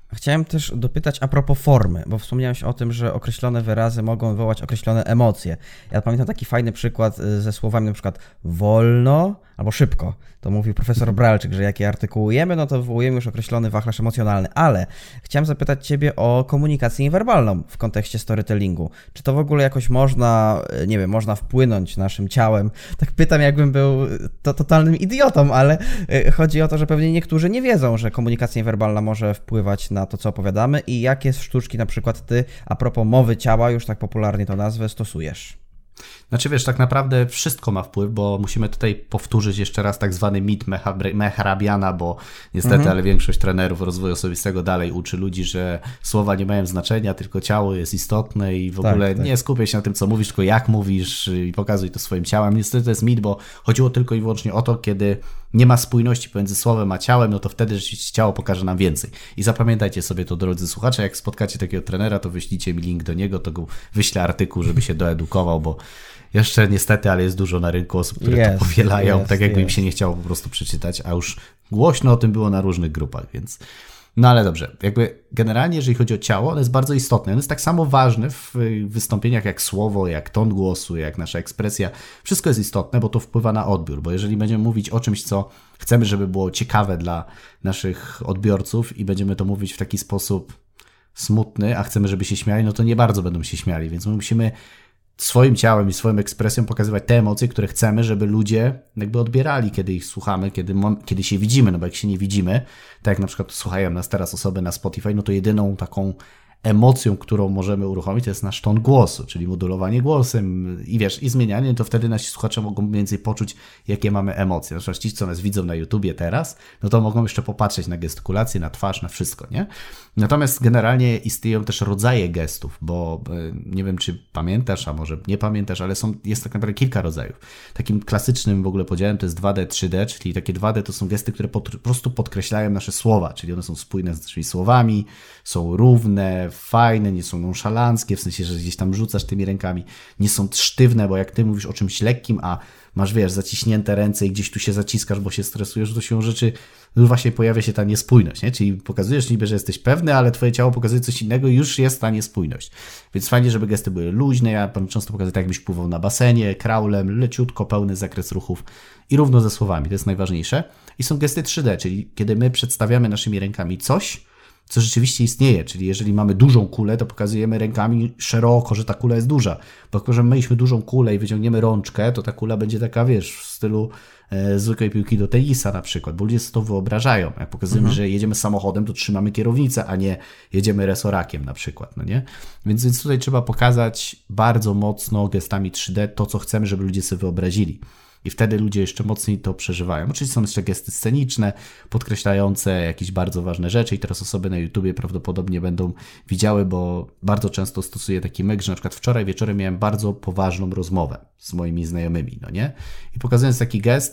Chciałem też dopytać a propos formy, bo wspomniałeś o tym, że określone wyrazy mogą wywołać określone emocje. Ja pamiętam taki fajny przykład ze słowami na przykład wolno albo szybko. To mówił profesor Bralczyk, że jak je artykułujemy, no to wywołujemy już określony wachlarz emocjonalny. Ale chciałem zapytać Ciebie o komunikację niewerbalną w kontekście storytellingu. Czy to w ogóle jakoś można, nie wiem, można wpłynąć naszym ciałem? Tak pytam, jakbym był to totalnym idiotą, ale chodzi o to, że pewnie niektórzy nie wiedzą, że komunikacja niewerbalna może wpływać na to, co opowiadamy i jakie sztuczki na przykład Ty, a propos mowy ciała, już tak popularnie to nazwę, stosujesz. Znaczy wiesz, tak naprawdę wszystko ma wpływ, bo musimy tutaj powtórzyć jeszcze raz tak zwany mit Mehrabiana, bo niestety, ale większość trenerów rozwoju osobistego dalej uczy ludzi, że słowa nie mają znaczenia, tylko ciało jest istotne i w ogóle nie skupiaj się na tym, co mówisz, tylko jak mówisz i pokazuj to swoim ciałem. Niestety to jest mit, bo chodziło tylko i wyłącznie o to, kiedy nie ma spójności pomiędzy słowem a ciałem, no to wtedy rzeczywiście ciało pokaże nam więcej. I zapamiętajcie sobie to, drodzy słuchacze, jak spotkacie takiego trenera, to wyślijcie mi link do niego, to go wyślę artykuł, żeby się doedukował, bo jeszcze niestety, ale jest dużo na rynku osób, które to powielają, tak jakby im się nie chciało po prostu przeczytać, a już głośno o tym było na różnych grupach, więc... No ale dobrze, jakby generalnie jeżeli chodzi o ciało, ono jest bardzo istotne. Ono jest tak samo ważne w wystąpieniach jak słowo, jak ton głosu, jak nasza ekspresja. Wszystko jest istotne, bo to wpływa na odbiór, bo jeżeli będziemy mówić o czymś, co chcemy, żeby było ciekawe dla naszych odbiorców i będziemy to mówić w taki sposób smutny, a chcemy, żeby się śmiali, no to nie bardzo będą się śmiali, więc my musimy swoim ciałem i swoją ekspresją pokazywać te emocje, które chcemy, żeby ludzie jakby odbierali, kiedy ich słuchamy, kiedy się widzimy, no bo jak się nie widzimy, tak jak na przykład słuchają nas teraz osoby na Spotify, no to jedyną taką emocją, którą możemy uruchomić, to jest nasz ton głosu, czyli modulowanie głosem i wiesz, i zmienianie, to wtedy nasi słuchacze mogą mniej więcej poczuć, jakie mamy emocje. Na przykład ci, co nas widzą na YouTubie teraz, no to mogą jeszcze popatrzeć na gestykulację, na twarz, na wszystko, nie? Natomiast generalnie istnieją też rodzaje gestów, bo nie wiem, czy pamiętasz, a może nie pamiętasz, ale jest tak naprawdę kilka rodzajów. Takim klasycznym w ogóle podziałem to jest 2D, 3D, czyli takie 2D to są gesty, które po prostu podkreślają nasze słowa, czyli one są spójne z naszymi słowami, są równe, fajne, nie są nonszalanckie, w sensie, że gdzieś tam rzucasz tymi rękami, nie są sztywne, bo jak ty mówisz o czymś lekkim, a masz, wiesz, zaciśnięte ręce i gdzieś tu się zaciskasz, bo się stresujesz, to siłą rzeczy już właśnie pojawia się ta niespójność, nie? Czyli pokazujesz niby, że jesteś pewny, ale twoje ciało pokazuje coś innego i już jest ta niespójność. Więc fajnie, żeby gesty były luźne, ja często pokazuję tak, jakbyś pływał na basenie, kraulem, leciutko, pełny zakres ruchów i równo ze słowami, to jest najważniejsze. I są gesty 3D, czyli kiedy my przedstawiamy naszymi rękami coś, co rzeczywiście istnieje, czyli jeżeli mamy dużą kulę, to pokazujemy rękami szeroko, że ta kula jest duża, bo jako, że my mieliśmy dużą kulę i wyciągniemy rączkę, to ta kula będzie taka, wiesz, w stylu zwykłej piłki do tenisa na przykład, bo ludzie sobie to wyobrażają. Jak pokazujemy, że jedziemy samochodem, to trzymamy kierownicę, a nie jedziemy resorakiem na przykład, no nie? Więc tutaj trzeba pokazać bardzo mocno gestami 3D to, co chcemy, żeby ludzie sobie wyobrazili. I wtedy ludzie jeszcze mocniej to przeżywają. Oczywiście są jeszcze gesty sceniczne, podkreślające jakieś bardzo ważne rzeczy i teraz osoby na YouTubie prawdopodobnie będą widziały, bo bardzo często stosuję taki myk, że na przykład wczoraj wieczorem miałem bardzo poważną rozmowę z moimi znajomymi, no nie? I pokazując taki gest,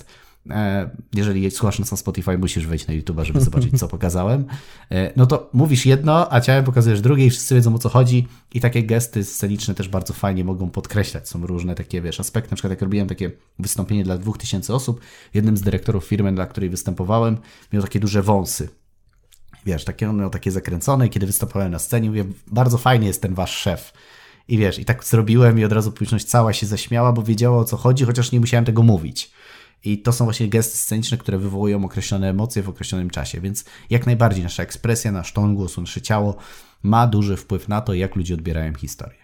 jeżeli słuchasz nas na Spotify, musisz wejść na YouTube'a, żeby zobaczyć, co pokazałem, no to mówisz jedno, a ciałem pokazujesz drugie i wszyscy wiedzą, o co chodzi i takie gesty sceniczne też bardzo fajnie mogą podkreślać. Są różne takie, wiesz, aspekty. Na przykład jak robiłem takie wystąpienie dla 2000 osób, jednym z dyrektorów firmy, dla której występowałem, miał takie duże wąsy. Wiesz, on miał takie zakręcone i kiedy występowałem na scenie, mówię, bardzo fajny jest ten wasz szef. I wiesz, i tak zrobiłem i od razu publiczność cała się zaśmiała, bo wiedziała, o co chodzi, chociaż nie musiałem tego mówić. I to są właśnie gesty sceniczne, które wywołują określone emocje w określonym czasie, więc jak najbardziej nasza ekspresja, nasz ton głosu, nasze ciało ma duży wpływ na to, jak ludzie odbierają historię.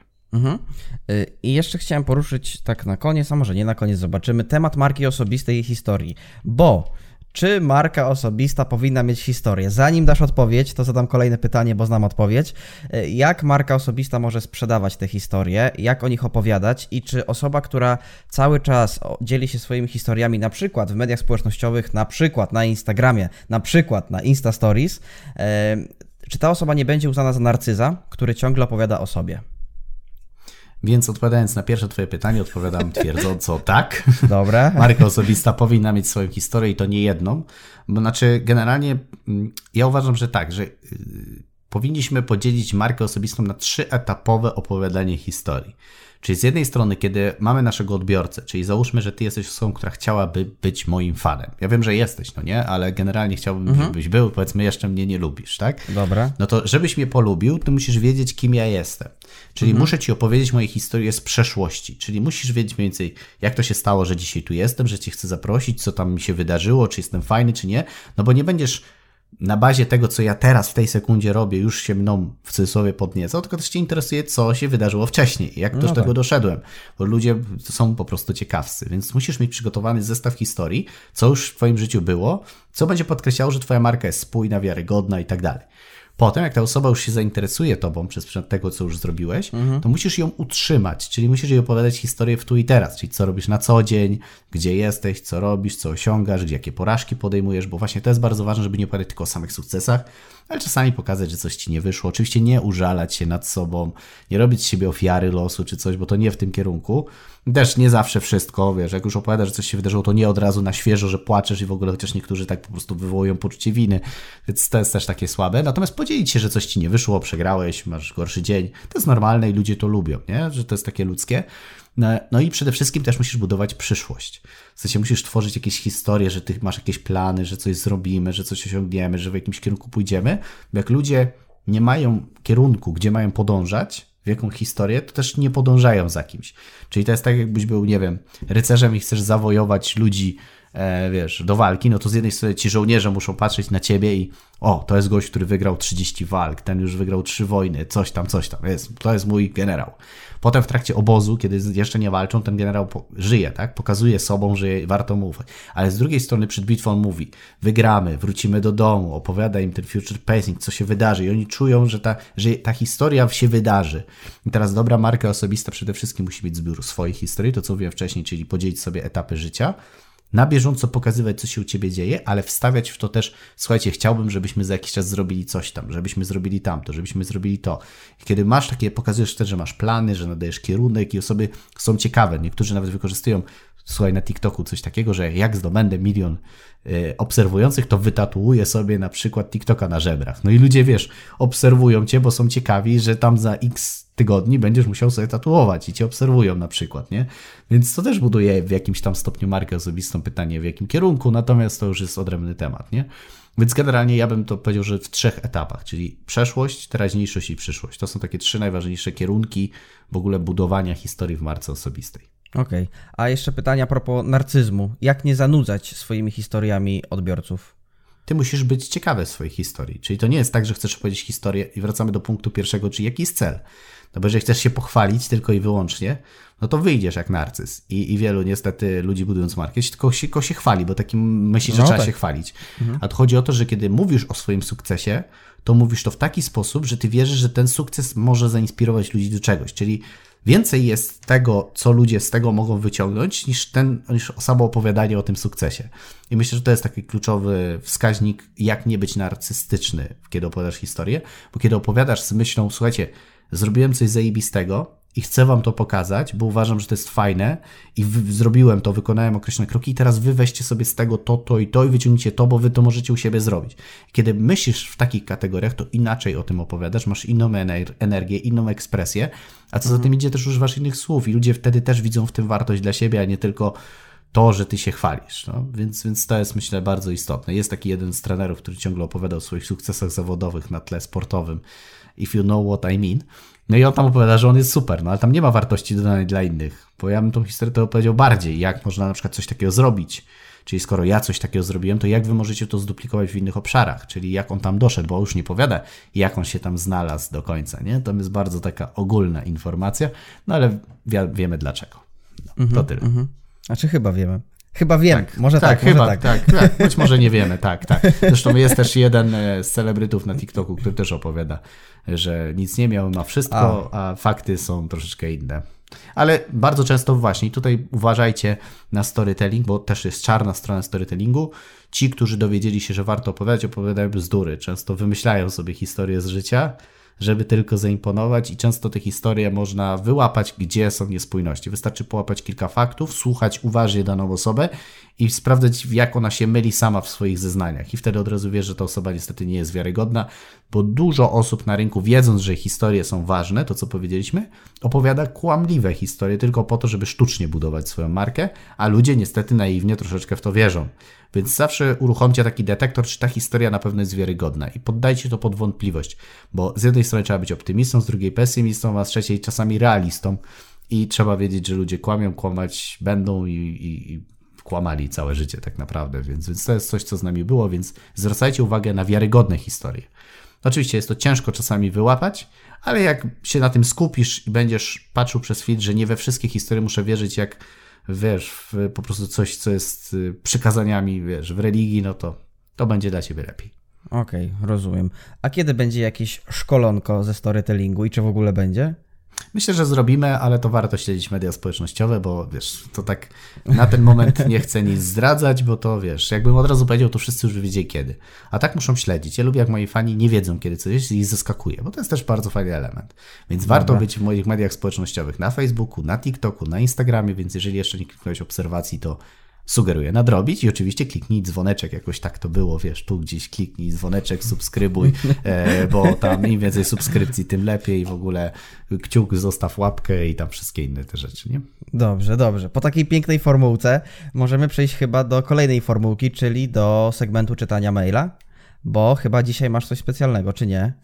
I jeszcze chciałem poruszyć tak na koniec, a może nie na koniec, zobaczymy, temat marki osobistej i historii, bo czy marka osobista powinna mieć historię? Zanim dasz odpowiedź, to zadam kolejne pytanie, bo znam odpowiedź. Jak marka osobista może sprzedawać te historie? Jak o nich opowiadać? I czy osoba, która cały czas dzieli się swoimi historiami, na przykład w mediach społecznościowych, na przykład na Instagramie, na przykład na Insta Stories, czy ta osoba nie będzie uznana za narcyza, który ciągle opowiada o sobie? Więc odpowiadając na pierwsze twoje pytanie, odpowiadam twierdząco tak. Dobra. Marka osobista powinna mieć swoją historię i to nie jedną. Bo znaczy generalnie ja uważam, że tak, że powinniśmy podzielić markę osobistą na 3-etapowe opowiadanie historii. Czyli z jednej strony, kiedy mamy naszego odbiorcę, czyli załóżmy, że ty jesteś osobą, która chciałaby być moim fanem. Ja wiem, że jesteś, no nie? Ale generalnie chciałbym, żebyś był, powiedzmy, jeszcze mnie nie lubisz, tak? Dobra. No to żebyś mnie polubił, to musisz wiedzieć, kim ja jestem. Czyli muszę ci opowiedzieć moje historie z przeszłości. Czyli musisz wiedzieć mniej więcej, jak to się stało, że dzisiaj tu jestem, że cię chcę zaprosić, co tam mi się wydarzyło, czy jestem fajny, czy nie. No bo nie będziesz na bazie tego, co ja teraz w tej sekundzie robię, już się mną w cudzysłowie podniecał, tylko też cię interesuje, co się wydarzyło wcześniej i jak do tego doszedłem, bo ludzie są po prostu ciekawscy, więc musisz mieć przygotowany zestaw historii, co już w twoim życiu było, co będzie podkreślało, że twoja marka jest spójna, wiarygodna i tak dalej. Potem, jak ta osoba już się zainteresuje tobą przez przykład tego, co już zrobiłeś, to musisz ją utrzymać, czyli musisz jej opowiadać historię w tu i teraz, czyli co robisz na co dzień, gdzie jesteś, co robisz, co osiągasz, jakie porażki podejmujesz, bo właśnie to jest bardzo ważne, żeby nie opowiadać tylko o samych sukcesach, ale czasami pokazać, że coś ci nie wyszło. Oczywiście nie użalać się nad sobą, nie robić z siebie ofiary losu czy coś, bo to nie w tym kierunku. Też nie zawsze wszystko, wiesz, jak już opowiadasz, że coś się wydarzyło, to nie od razu na świeżo, że płaczesz i w ogóle, chociaż niektórzy tak po prostu wywołują poczucie winy, więc to jest też takie słabe. Natomiast podzielić się, że coś ci nie wyszło, przegrałeś, masz gorszy dzień, to jest normalne i ludzie to lubią, nie? Że to jest takie ludzkie. No i przede wszystkim też musisz budować przyszłość. W sensie musisz tworzyć jakieś historie, że ty masz jakieś plany, że coś zrobimy, że coś osiągniemy, że w jakimś kierunku pójdziemy. Bo jak ludzie nie mają kierunku, gdzie mają podążać, w jaką historię, to też nie podążają za kimś. Czyli to jest tak, jakbyś był, nie wiem, rycerzem i chcesz zawojować ludzi, wiesz, do walki, no to z jednej strony ci żołnierze muszą patrzeć na ciebie i to jest gość, który wygrał 30 walk, ten już wygrał 3 wojny, coś tam, to jest mój generał. Potem w trakcie obozu, kiedy jeszcze nie walczą, ten generał żyje, tak? Pokazuje sobą, że warto mu ufać. Ale z drugiej strony przed bitwą on mówi, wygramy, wrócimy do domu, opowiada im ten future pacing, co się wydarzy i oni czują, że ta historia się wydarzy. I teraz dobra marka osobista przede wszystkim musi mieć zbiór swojej historii, to co mówiłem wcześniej, czyli podzielić sobie etapy życia, na bieżąco pokazywać, co się u ciebie dzieje, ale wstawiać w to też, słuchajcie, chciałbym, żebyśmy za jakiś czas zrobili coś tam, żebyśmy zrobili tamto, żebyśmy zrobili to. I kiedy masz takie, pokazujesz też, że masz plany, że nadajesz kierunek i osoby są ciekawe. Niektórzy nawet wykorzystują, słuchaj, na TikToku coś takiego, że jak zdobędę 1 milion obserwujących, to wytatuuję sobie na przykład TikToka na żebrach. No i ludzie, wiesz, obserwują cię, bo są ciekawi, że tam za X tygodni będziesz musiał sobie tatuować i cię obserwują na przykład, nie? Więc to też buduje w jakimś tam stopniu markę osobistą, pytanie w jakim kierunku, natomiast to już jest odrębny temat, nie? Więc generalnie ja bym to powiedział, że w 3 etapach, czyli przeszłość, teraźniejszość i przyszłość. To są takie 3 najważniejsze kierunki w ogóle budowania historii w marce osobistej. Okej. A jeszcze pytania a propos narcyzmu. Jak nie zanudzać swoimi historiami odbiorców? Ty musisz być ciekawy swojej historii. Czyli to nie jest tak, że chcesz opowiedzieć historię i wracamy do punktu pierwszego, czyli jaki jest cel. No bo jeżeli chcesz się pochwalić tylko i wyłącznie, no to wyjdziesz jak narcyz. I wielu niestety ludzi budując markę tylko się chwali, bo takim myśli, że trzeba się chwalić. A to chodzi o to, że kiedy mówisz o swoim sukcesie, to mówisz to w taki sposób, że ty wierzysz, że ten sukces może zainspirować ludzi do czegoś. Czyli więcej jest tego, co ludzie z tego mogą wyciągnąć, niż samo opowiadanie o tym sukcesie. I myślę, że to jest taki kluczowy wskaźnik, jak nie być narcystyczny, kiedy opowiadasz historię, bo kiedy opowiadasz z myślą, słuchajcie, zrobiłem coś zajebistego i chcę wam to pokazać, bo uważam, że to jest fajne i zrobiłem to, wykonałem określone kroki i teraz wy weźcie sobie z tego to i wyciągnijcie to, bo wy to możecie u siebie zrobić. Kiedy myślisz w takich kategoriach, to inaczej o tym opowiadasz, masz inną energię, inną ekspresję, a co za tym idzie, też używasz innych słów i ludzie wtedy też widzą w tym wartość dla siebie, a nie tylko to, że ty się chwalisz. No? Więc to jest, myślę, bardzo istotne. Jest taki jeden z trenerów, który ciągle opowiadał o swoich sukcesach zawodowych na tle sportowym. If you know what I mean. No i on tam opowiada, że on jest super, no ale tam nie ma wartości dodanej dla innych. Bo ja bym tą historię to opowiedział bardziej, jak można na przykład coś takiego zrobić. Czyli skoro ja coś takiego zrobiłem, to jak wy możecie to zduplikować w innych obszarach? Czyli jak on tam doszedł, bo już nie powiada, jak on się tam znalazł do końca, nie? To jest bardzo taka ogólna informacja, no ale wiemy dlaczego. No, to tyle. Znaczy chyba wiemy. Chyba wiem, tak, może tak. Chyba może tak. Być może nie wiemy, tak. Zresztą jest też jeden z celebrytów na TikToku, który też opowiada, że nic nie miał, ma wszystko, a fakty są troszeczkę inne. Ale bardzo często właśnie, tutaj uważajcie na storytelling, bo też jest czarna strona storytellingu. Ci, którzy dowiedzieli się, że warto opowiadać, opowiadają bzdury. Często wymyślają sobie historie z życia, żeby tylko zaimponować i często te historie można wyłapać, gdzie są niespójności. Wystarczy połapać kilka faktów, słuchać uważnie daną osobę i sprawdzać, jak ona się myli sama w swoich zeznaniach. I wtedy od razu wiesz, że ta osoba niestety nie jest wiarygodna, bo dużo osób na rynku, wiedząc, że historie są ważne, to co powiedzieliśmy, opowiada kłamliwe historie tylko po to, żeby sztucznie budować swoją markę, a ludzie niestety naiwnie troszeczkę w to wierzą. Więc zawsze uruchomcie taki detektor, czy ta historia na pewno jest wiarygodna i poddajcie to pod wątpliwość, bo z jednej strony trzeba być optymistą, z drugiej pesymistą, a z trzeciej czasami realistą i trzeba wiedzieć, że ludzie kłamią, kłamać będą i kłamali całe życie tak naprawdę, więc to jest coś, co z nami było, więc zwracajcie uwagę na wiarygodne historie. Oczywiście jest to ciężko czasami wyłapać, ale jak się na tym skupisz i będziesz patrzył przez filtr, że nie we wszystkie historie muszę wierzyć, jak wiesz, w po prostu coś, co jest przykazaniami, wiesz, w religii, no to będzie dla ciebie lepiej. Okej, rozumiem. A kiedy będzie jakieś szkolonko ze storytellingu i czy w ogóle będzie? Myślę, że zrobimy, ale to warto śledzić media społecznościowe, bo wiesz, to tak na ten moment nie chcę nic zdradzać, bo to wiesz, jakbym od razu powiedział, to wszyscy już wiedzieli kiedy. A tak muszą śledzić. Ja lubię, jak moi fani nie wiedzą, kiedy coś jest i ich zaskakuje, bo to jest też bardzo fajny element. Więc warto być w moich mediach społecznościowych na Facebooku, na TikToku, na Instagramie, więc jeżeli jeszcze nie kliknąłeś obserwacji, to sugeruję nadrobić i oczywiście kliknij dzwoneczek, jakoś tak to było, wiesz, tu gdzieś kliknij dzwoneczek, subskrybuj, bo tam im więcej subskrypcji, tym lepiej, w ogóle kciuk, zostaw łapkę i tam wszystkie inne te rzeczy, nie? Dobrze, dobrze. Po takiej pięknej formułce możemy przejść chyba do kolejnej formułki, czyli do segmentu czytania maila, bo chyba dzisiaj masz coś specjalnego, czy nie?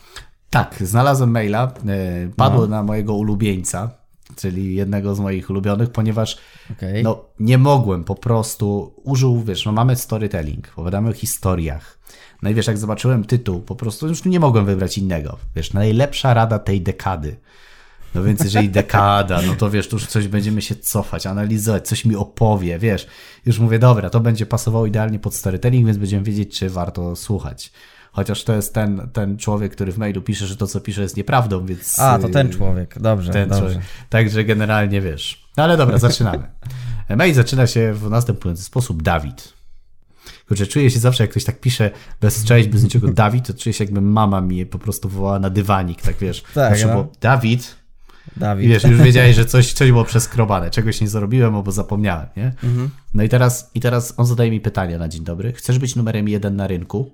Tak, znalazłem maila, padło na mojego ulubieńca, czyli jednego z moich ulubionych, ponieważ no, nie mogłem po prostu, wiesz, no mamy storytelling, opowiadamy o historiach. No i wiesz, jak zobaczyłem tytuł, po prostu już nie mogłem wybrać innego. Wiesz, najlepsza rada tej dekady. No więc jeżeli dekada, no to wiesz, tu już coś będziemy się cofać, analizować, coś mi opowie, wiesz. Już mówię, dobra, to będzie pasowało idealnie pod storytelling, więc będziemy wiedzieć, czy warto słuchać. Chociaż to jest ten człowiek, który w mailu pisze, że to, co pisze, jest nieprawdą, więc... A, to ten człowiek, dobrze, dobrze. Człowiek. Także generalnie wiesz. No ale dobra, zaczynamy. Mail zaczyna się w następujący sposób. Dawid. Kurczę, czuję się zawsze, jak ktoś tak pisze bez cześć, bez niczego Dawid, to czuję się, jakby mama mnie po prostu wołała na dywanik, tak wiesz. Tak, zawsze było Dawid. Dawid. I wiesz, już wiedziałeś, że coś było przeskrobane, czegoś nie zrobiłem, albo zapomniałem, nie? Mhm. No i teraz on zadaje mi pytanie na dzień dobry. Chcesz być numerem 1 na rynku?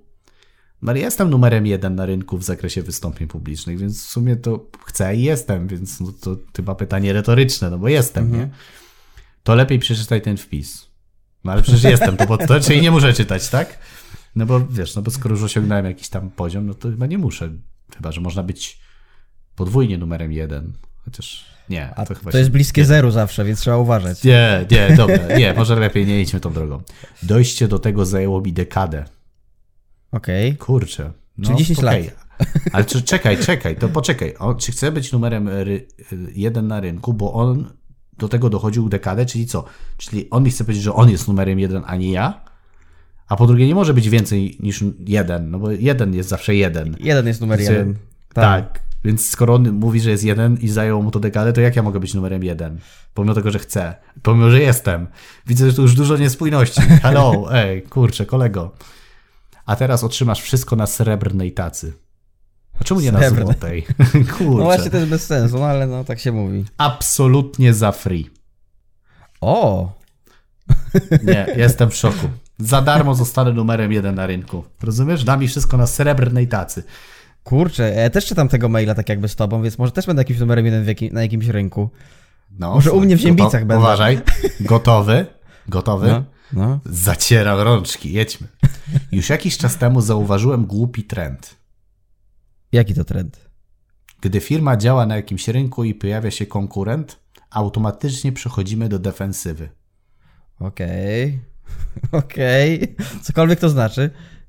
No ja jestem numerem 1 na rynku w zakresie wystąpień publicznych, więc w sumie to chcę i jestem, więc no to chyba pytanie retoryczne, no bo jestem, nie? To lepiej przeczytaj ten wpis. No ale przecież jestem, to czyli nie muszę czytać, tak? No bo wiesz, no bo skoro już osiągnąłem jakiś tam poziom, no to chyba nie muszę. Chyba, że można być podwójnie numerem 1, chociaż nie. A to jest bliskie zeru zawsze, więc trzeba uważać. Nie, dobra, może lepiej nie idźmy tą drogą. Dojście do tego zajęło mi dekadę. Okej. Kurczę. No, czyli 10 lat. Ale czekaj, to poczekaj. Czy chce być numerem 1 na rynku, bo on do tego dochodził dekadę, czyli co? Czyli on mi chce powiedzieć, że on jest numerem 1, a nie ja? A po drugie nie może być więcej niż 1, no bo 1 jest zawsze 1. 1 jest numer 1. Tak. Więc skoro on mówi, że jest 1 i zajął mu to dekadę, to jak ja mogę być numerem 1? Pomimo tego, że chcę. Pomimo, że jestem. Widzę, że tu już dużo niespójności. Hello, kurczę, kolego. A teraz otrzymasz wszystko na srebrnej tacy. A czemu nie na złotej? Kurczę. No właśnie, to jest bez sensu, no ale no tak się mówi. Absolutnie za free. O! Nie, jestem w szoku. Za darmo zostanę numerem 1 na rynku. Rozumiesz? Da mi wszystko na srebrnej tacy. Kurczę, ja też czytam tego maila tak jakby z tobą, więc może też będę jakimś numerem 1 na jakimś rynku. No, może u mnie w Ziębicach będę. Uważaj. Gotowy? No. Zacieram rączki, jedźmy. Już jakiś czas temu zauważyłem głupi trend. Jaki to trend? Gdy firma działa na jakimś rynku i pojawia się konkurent, automatycznie przechodzimy do defensywy. Okej. Cokolwiek to znaczy.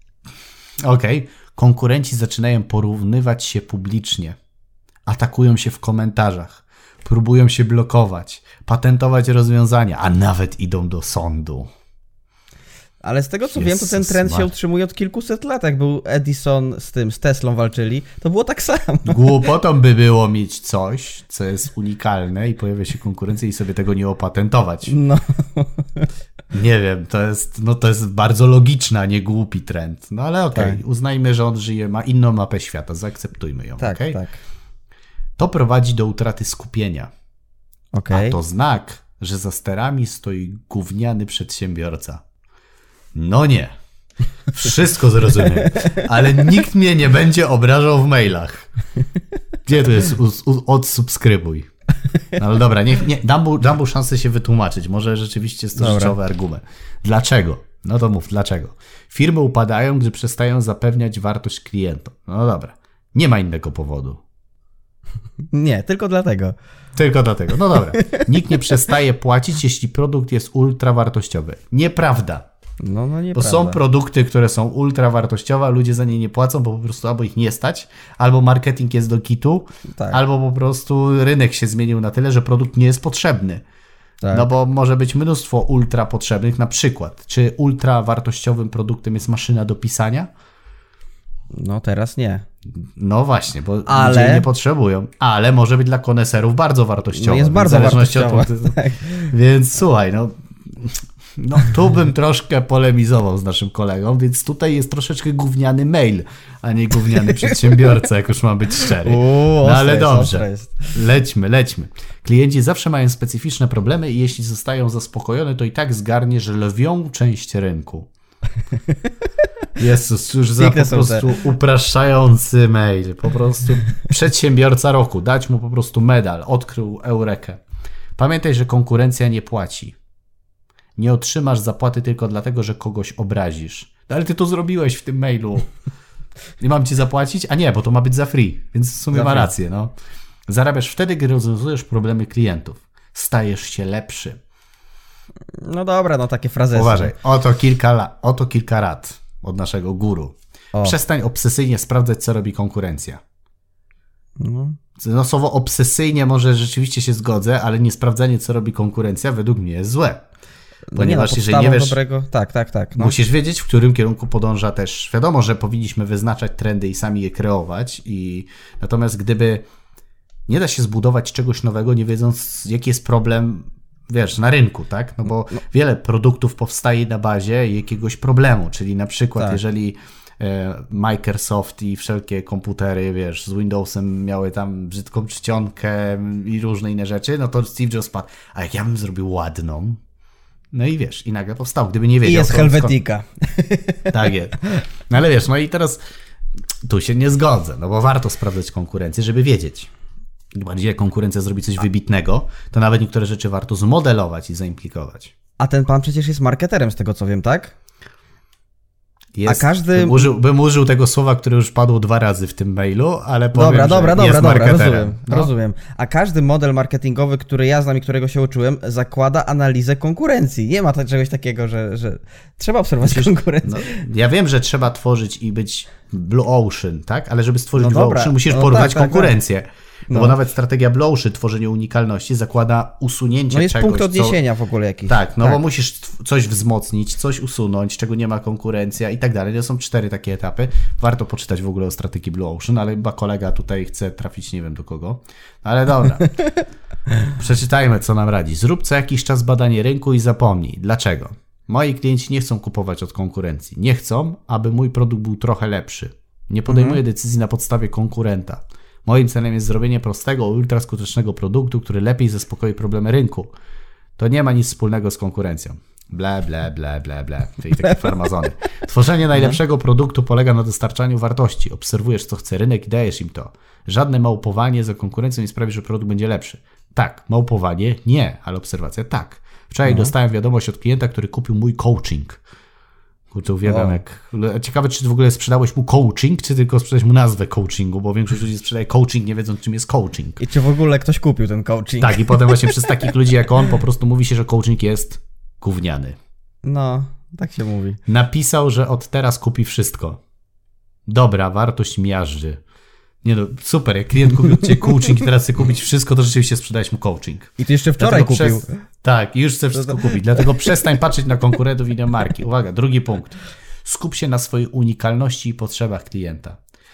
Konkurenci zaczynają porównywać się publicznie. Atakują się w komentarzach. Próbują się blokować. Patentować rozwiązania. A nawet idą do sądu. Ale z tego co wiem, to ten trend się utrzymuje od kilkuset lat. Jak był Edison z Teslą walczyli, to było tak samo. Głupotą by było mieć coś, co jest unikalne i pojawia się konkurencja i sobie tego nie opatentować. No. Nie wiem, to jest bardzo logiczny, a nie głupi trend. No ale okej, uznajmy, że on żyje, ma inną mapę świata, zaakceptujmy ją. Tak, okay? tak. To prowadzi do utraty skupienia. Okay. A to znak, że za sterami stoi gówniany przedsiębiorca. No nie. Wszystko zrozumiem, ale nikt mnie nie będzie obrażał w mailach. Gdzie to jest? Odsubskrybuj. No ale dobra, dam mu szansę się wytłumaczyć. Może rzeczywiście jest to rzeczowy argument. Dlaczego? No to mów, dlaczego? Firmy upadają, gdy przestają zapewniać wartość klientom. No dobra. Nie ma innego powodu. Nie, tylko dlatego. Tylko dlatego. No dobra. Nikt nie przestaje płacić, jeśli produkt jest ultrawartościowy. Nieprawda. No nieprawda. Bo są produkty, które są ultrawartościowe, a ludzie za nie nie płacą, bo po prostu albo ich nie stać, albo marketing jest do kitu, albo po prostu rynek się zmienił na tyle, że produkt nie jest potrzebny. Tak. No bo może być mnóstwo ultra potrzebnych, na przykład, czy ultrawartościowym produktem jest maszyna do pisania? No teraz nie. No właśnie, bo ludzie nie potrzebują. Ale może być dla koneserów bardzo wartościowa. No jest bardzo wartościowa. Tak. Więc słuchaj, no tu bym troszkę polemizował z naszym kolegą, więc tutaj jest troszeczkę gówniany mail, a nie gówniany przedsiębiorca, jak już mam być szczery. No ale dobrze, lećmy. Klienci zawsze mają specyficzne problemy i jeśli zostają zaspokojone, to i tak zgarnie, że lwią część rynku. Jezus, już za po prostu upraszczający mail. Po prostu przedsiębiorca roku. Dać mu po prostu medal. Odkrył Eurekę. Pamiętaj, że konkurencja nie płaci. Nie otrzymasz zapłaty tylko dlatego, że kogoś obrazisz. No ale ty to zrobiłeś w tym mailu. I mam ci zapłacić? A nie, bo to ma być za free. Więc w sumie ma rację. No. Zarabiasz wtedy, gdy rozwiązujesz problemy klientów. Stajesz się lepszy. No dobra, takie frazesy. Uważaj, oto kilka rad od naszego guru. Przestań obsesyjnie sprawdzać, co robi konkurencja. No słowo obsesyjnie może rzeczywiście się zgodzę, ale nie sprawdzanie, co robi konkurencja, według mnie jest złe. Ponieważ jeżeli nie wiesz, dobrego... tak. Musisz wiedzieć, w którym kierunku podąża też. Wiadomo, że powinniśmy wyznaczać trendy i sami je kreować. Natomiast gdyby nie da się zbudować czegoś nowego, nie wiedząc, jaki jest problem, wiesz, na rynku, tak? No bo wiele produktów powstaje na bazie jakiegoś problemu, czyli na przykład jeżeli Microsoft i wszelkie komputery, wiesz, z Windowsem miały tam brzydką czcionkę i różne inne rzeczy, no to Steve Jobs padł, a jak ja bym zrobił ładną? No i wiesz, i nagle powstał, gdyby nie wiedział. I jest Helvetica. Tak jest. No ale wiesz, no i teraz tu się nie zgodzę, no bo warto sprawdzać konkurencję, żeby wiedzieć. Bardziej jak konkurencja zrobi coś wybitnego, to nawet niektóre rzeczy warto zmodelować i zaimplikować. A ten pan przecież jest marketerem, z tego co wiem, tak? Jest, a każdy... Bym użył tego słowa, które już padło 2 razy w tym mailu, ale powiem, że jest marketerem. Rozumiem. A każdy model marketingowy, który ja znam i którego się uczyłem, zakłada analizę konkurencji. Nie ma czegoś takiego, że trzeba obserwować konkurencję. No, ja wiem, że trzeba tworzyć i być Blue Ocean, tak? Ale żeby stworzyć Blue Ocean, musisz porównać konkurencję. Tak. No bo nawet strategia Blue Ocean, tworzenie unikalności, zakłada usunięcie czegoś. No jest punkt odniesienia w ogóle jakiś. Tak, bo musisz coś wzmocnić, coś usunąć, czego nie ma konkurencja i tak dalej. To są 4 takie etapy. Warto poczytać w ogóle o strategii Blue Ocean, ale chyba kolega tutaj chce trafić nie wiem do kogo. Ale dobra. Przeczytajmy, co nam radzi. Zrób co jakiś czas badanie rynku i zapomnij. Dlaczego? Moi klienci nie chcą kupować od konkurencji. Nie chcą, aby mój produkt był trochę lepszy. Nie podejmuję decyzji na podstawie konkurenta. Moim celem jest zrobienie prostego, ultraskutecznego produktu, który lepiej zaspokoi problemy rynku. To nie ma nic wspólnego z konkurencją. Ble. Czyli takie farmazony. Tworzenie najlepszego produktu polega na dostarczaniu wartości. Obserwujesz, co chce rynek i dajesz im to. Żadne małpowanie za konkurencją nie sprawi, że produkt będzie lepszy. Tak, małpowanie nie, ale obserwacja tak. Wczoraj dostałem wiadomość od klienta, który kupił mój coaching. Kurczę, uwielbiam Ciekawe, czy w ogóle sprzedałeś mu coaching, czy tylko sprzedałeś mu nazwę coachingu, bo większość ludzi sprzedaje coaching, nie wiedząc, czym jest coaching. I czy w ogóle ktoś kupił ten coaching. Tak, i potem właśnie przez takich ludzi jak on po prostu mówi się, że coaching jest gówniany. No, tak się mówi. Napisał, że od teraz kupi wszystko. Dobra, wartość miażdży. Nie no, super, jak klient kupił cię coaching i teraz chce kupić wszystko, to rzeczywiście sprzedałeś mu coaching. I ty jeszcze wczoraj kupił. Tak, i już chce wszystko kupić, dlatego przestań patrzeć na konkurentów i na marki. Uwaga, drugi punkt. Skup się na swojej unikalności i potrzebach klienta.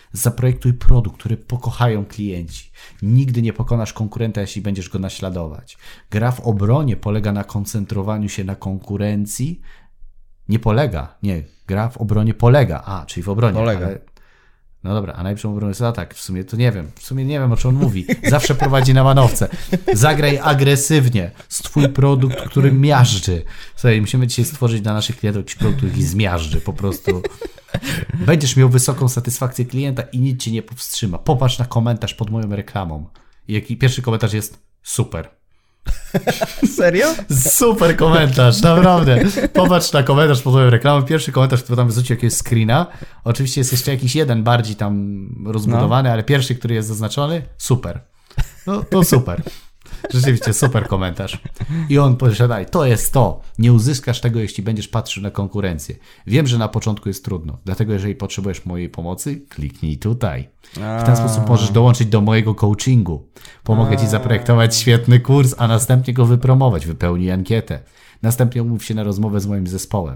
Zaprojektuj produkt, który pokochają klienci. Nigdy nie pokonasz konkurenta, jeśli będziesz go naśladować. Gra w obronie polega na koncentrowaniu się na konkurencji. Gra w obronie polega. Czyli w obronie. Polega. Ale... No dobra, a najlepszą obroną jest atak. W sumie nie wiem, o czym on mówi. Zawsze prowadzi na manowce. Zagraj agresywnie. Stwój produkt, który miażdży. Słuchaj, musimy dzisiaj stworzyć dla naszych klientów jakiś produkt, który ich zmiażdży po prostu. Będziesz miał wysoką satysfakcję klienta i nic cię nie powstrzyma. Popatrz na komentarz pod moją reklamą. I pierwszy komentarz jest super. Serio? Super komentarz, naprawdę. Popatrz na komentarz pod moją reklamą. Pierwszy komentarz, który tam wyrzucił jakiegoś screena. Oczywiście jest jeszcze jakiś jeden bardziej tam rozbudowany, ale pierwszy, który jest zaznaczony, super. No to super. Rzeczywiście super komentarz. I on poszedł, to jest to. Nie uzyskasz tego, jeśli będziesz patrzył na konkurencję. Wiem, że na początku jest trudno. Dlatego jeżeli potrzebujesz mojej pomocy, kliknij tutaj. W ten sposób możesz dołączyć do mojego coachingu. Pomogę ci zaprojektować świetny kurs, a następnie go wypromować. Wypełnij ankietę. Następnie umów się na rozmowę z moim zespołem.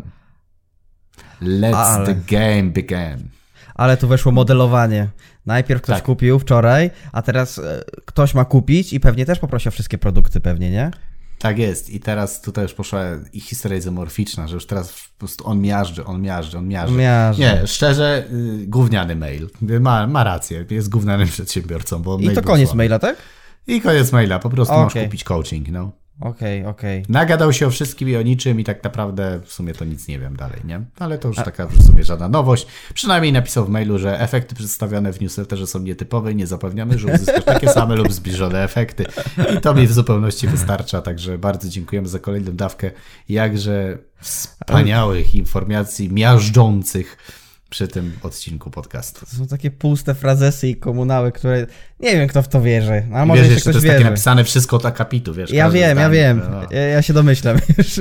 The game began. Ale tu weszło modelowanie. Najpierw ktoś kupił wczoraj, a teraz ktoś ma kupić i pewnie też poprosi o wszystkie produkty pewnie, nie? Tak jest. I teraz tutaj już poszła ich historia izomorficzna, że już teraz po prostu on miażdży. Nie, szczerze, gówniany mail. Ma rację, jest gównianym przedsiębiorcą. Bo i to koniec maila, tak? I koniec maila, po prostu masz kupić coaching, no. Okej. Nagadał się o wszystkim i o niczym i tak naprawdę w sumie to nic nie wiem dalej, nie? Ale to już taka w sumie żadna nowość. Przynajmniej napisał w mailu, że efekty przedstawione w newsletterze są nietypowe i nie zapewniamy, że uzyskasz takie same lub zbliżone efekty. I to mi w zupełności wystarcza, także bardzo dziękujemy za kolejną dawkę jakże wspaniałych informacji miażdżących przy tym odcinku podcastu. To są takie puste frazesy i komunały, które nie wiem, kto w to wierzy. Ale może wiesz, jeszcze ktoś to jest wierzy. takie napisane wszystko od akapitu, wiesz. Ja wiem. Ja się domyślam już.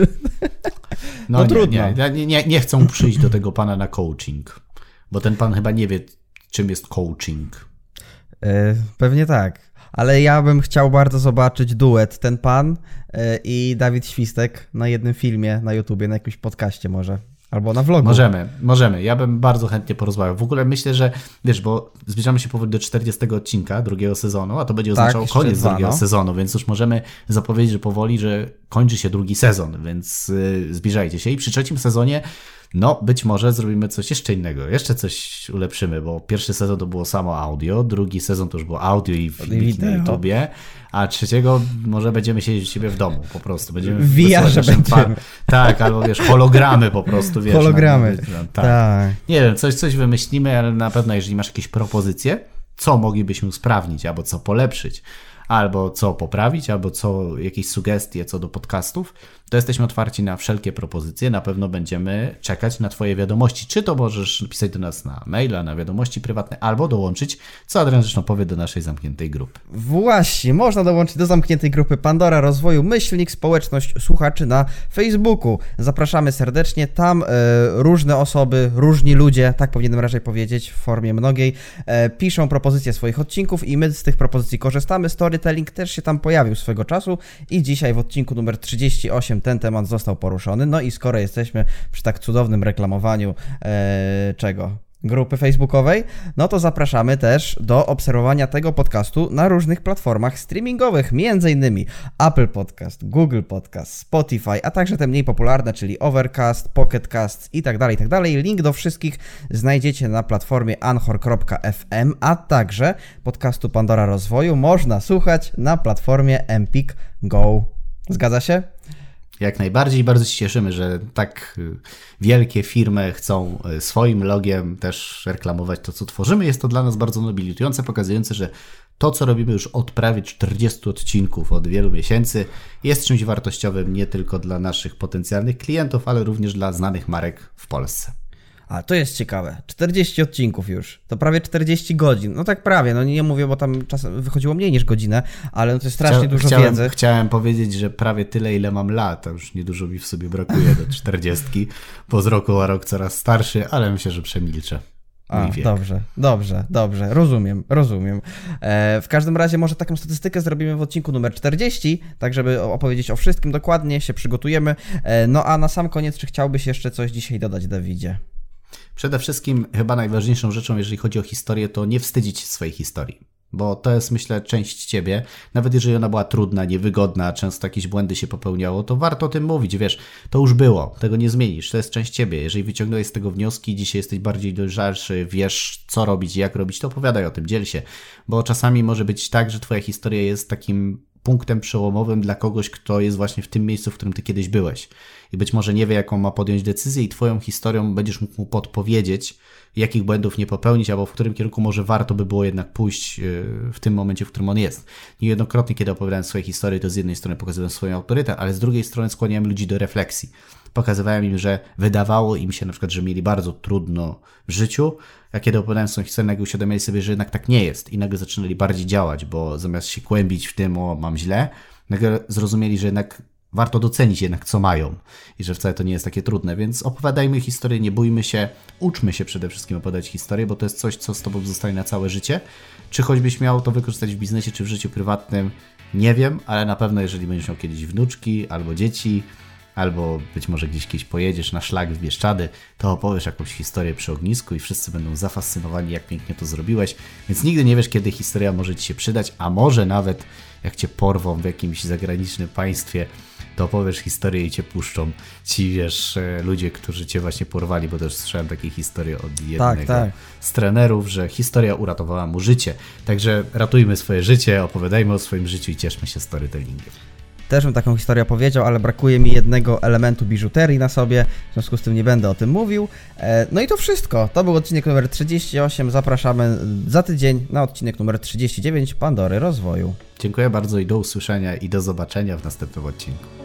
No trudno. Nie chcą przyjść do tego pana na coaching, bo ten pan chyba nie wie, czym jest coaching. Pewnie tak. Ale ja bym chciał bardzo zobaczyć duet, ten pan i Dawid Świstek na jednym filmie na YouTubie, na jakimś podcaście może. Albo na vlogu. Możemy. Ja bym bardzo chętnie porozmawiał. W ogóle myślę, że wiesz, bo zbliżamy się powoli do 40 odcinka drugiego sezonu, a to będzie oznaczało koniec drugiego sezonu, więc już możemy zapowiedzieć, że powoli, że kończy się drugi sezon, więc zbliżajcie się. I przy trzecim sezonie być może zrobimy coś jeszcze innego, jeszcze coś ulepszymy, bo pierwszy sezon to było samo audio, drugi sezon to już było audio i filmiki na YouTubie, a trzeciego może będziemy siedzieć u siebie w domu po prostu. Będziemy będziemy. Tak, albo wiesz, hologramy po prostu, wiesz. Hologramy, tak. Nie wiem, coś wymyślimy, ale na pewno jeżeli masz jakieś propozycje, co moglibyśmy usprawnić, albo co polepszyć, albo co poprawić, albo jakieś sugestie co do podcastów, to jesteśmy otwarci na wszelkie propozycje. Na pewno będziemy czekać na twoje wiadomości. Czy to możesz pisać do nas na maila, na wiadomości prywatne, albo dołączyć, co Adrian zresztą powie, do naszej zamkniętej grupy. Właśnie, można dołączyć do zamkniętej grupy Pandora Rozwoju / Społeczność Słuchaczy na Facebooku. Zapraszamy serdecznie. Tam różne osoby, różni ludzie, tak powinienem raczej powiedzieć w formie mnogiej, piszą propozycje swoich odcinków i my z tych propozycji korzystamy. Storytelling też się tam pojawił swego czasu i dzisiaj w odcinku numer 38 ten temat został poruszony. No i skoro jesteśmy przy tak cudownym reklamowaniu grupy facebookowej, no to zapraszamy też do obserwowania tego podcastu na różnych platformach streamingowych, m.in. Apple Podcast, Google Podcast, Spotify, a także te mniej popularne, czyli Overcast, Pocket Cast i tak dalej. Link do wszystkich znajdziecie na platformie anchor.fm, a także podcastu Pandora Rozwoju można słuchać na platformie Empik Go. Zgadza się? Jak najbardziej. Bardzo się cieszymy, że tak wielkie firmy chcą swoim logiem też reklamować to, co tworzymy. Jest to dla nas bardzo nobilitujące, pokazujące, że to, co robimy już od prawie 40 odcinków, od wielu miesięcy, jest czymś wartościowym nie tylko dla naszych potencjalnych klientów, ale również dla znanych marek w Polsce. A to jest ciekawe. 40 odcinków już. To prawie 40 godzin. No tak prawie. No nie mówię, bo tam czasem wychodziło mniej niż godzinę, ale to jest strasznie dużo wiedzy. Chciałem powiedzieć, że prawie tyle, ile mam lat. A już niedużo mi w sobie brakuje do 40, bo z roku na rok coraz starszy, ale myślę, że przemilczę. Dobrze. Rozumiem. W każdym razie może taką statystykę zrobimy w odcinku numer 40, tak żeby opowiedzieć o wszystkim dokładnie, się przygotujemy. No a na sam koniec, czy chciałbyś jeszcze coś dzisiaj dodać, Dawidzie? Przede wszystkim chyba najważniejszą rzeczą, jeżeli chodzi o historię, to nie wstydzić się swojej historii. Bo to jest, myślę, część ciebie. Nawet jeżeli ona była trudna, niewygodna, często jakieś błędy się popełniało, to warto o tym mówić, wiesz, to już było, tego nie zmienisz, to jest część ciebie. Jeżeli wyciągnąłeś z tego wnioski, dzisiaj jesteś bardziej dojrzalszy, wiesz co robić, jak robić, to opowiadaj o tym, dziel się. Bo czasami może być tak, że twoja historia jest takim punktem przełomowym dla kogoś, kto jest właśnie w tym miejscu, w którym ty kiedyś byłeś. I być może nie wie, jaką ma podjąć decyzję i twoją historią będziesz mógł mu podpowiedzieć, jakich błędów nie popełnić, albo w którym kierunku może warto by było jednak pójść w tym momencie, w którym on jest. Niejednokrotnie, kiedy opowiadałem swoje historie, to z jednej strony pokazywałem swoją autorytet, ale z drugiej strony skłaniałem ludzi do refleksji. Pokazywałem im, że wydawało im się na przykład, że mieli bardzo trudno w życiu, a kiedy opowiadałem swoją historię, nagle uświadamiali sobie, że jednak tak nie jest i nagle zaczynali bardziej działać, bo zamiast się kłębić w tym, o mam źle, nagle zrozumieli, że jednak warto docenić jednak, co mają i że wcale to nie jest takie trudne, więc opowiadajmy historię, nie bójmy się, uczmy się przede wszystkim opowiadać historię, bo to jest coś, co z tobą zostaje na całe życie. Czy choćbyś miał to wykorzystać w biznesie, czy w życiu prywatnym, nie wiem, ale na pewno jeżeli będziesz miał kiedyś wnuczki albo dzieci, albo być może gdzieś pojedziesz na szlak w Bieszczady, to opowiesz jakąś historię przy ognisku i wszyscy będą zafascynowani, jak pięknie to zrobiłeś, więc nigdy nie wiesz, kiedy historia może ci się przydać, a może nawet jak cię porwą w jakimś zagranicznym państwie, to opowiesz historię i cię puszczą ci, wiesz, ludzie, którzy cię właśnie porwali, bo też słyszałem takie historie od jednego z trenerów, że historia uratowała mu życie. Także ratujmy swoje życie, opowiadajmy o swoim życiu i cieszmy się storytellingiem. Też bym taką historię opowiedział, ale brakuje mi jednego elementu biżuterii na sobie, w związku z tym nie będę o tym mówił. No i to wszystko. To był odcinek numer 38. Zapraszamy za tydzień na odcinek numer 39 Pandory Rozwoju. Dziękuję bardzo i do usłyszenia i do zobaczenia w następnym odcinku.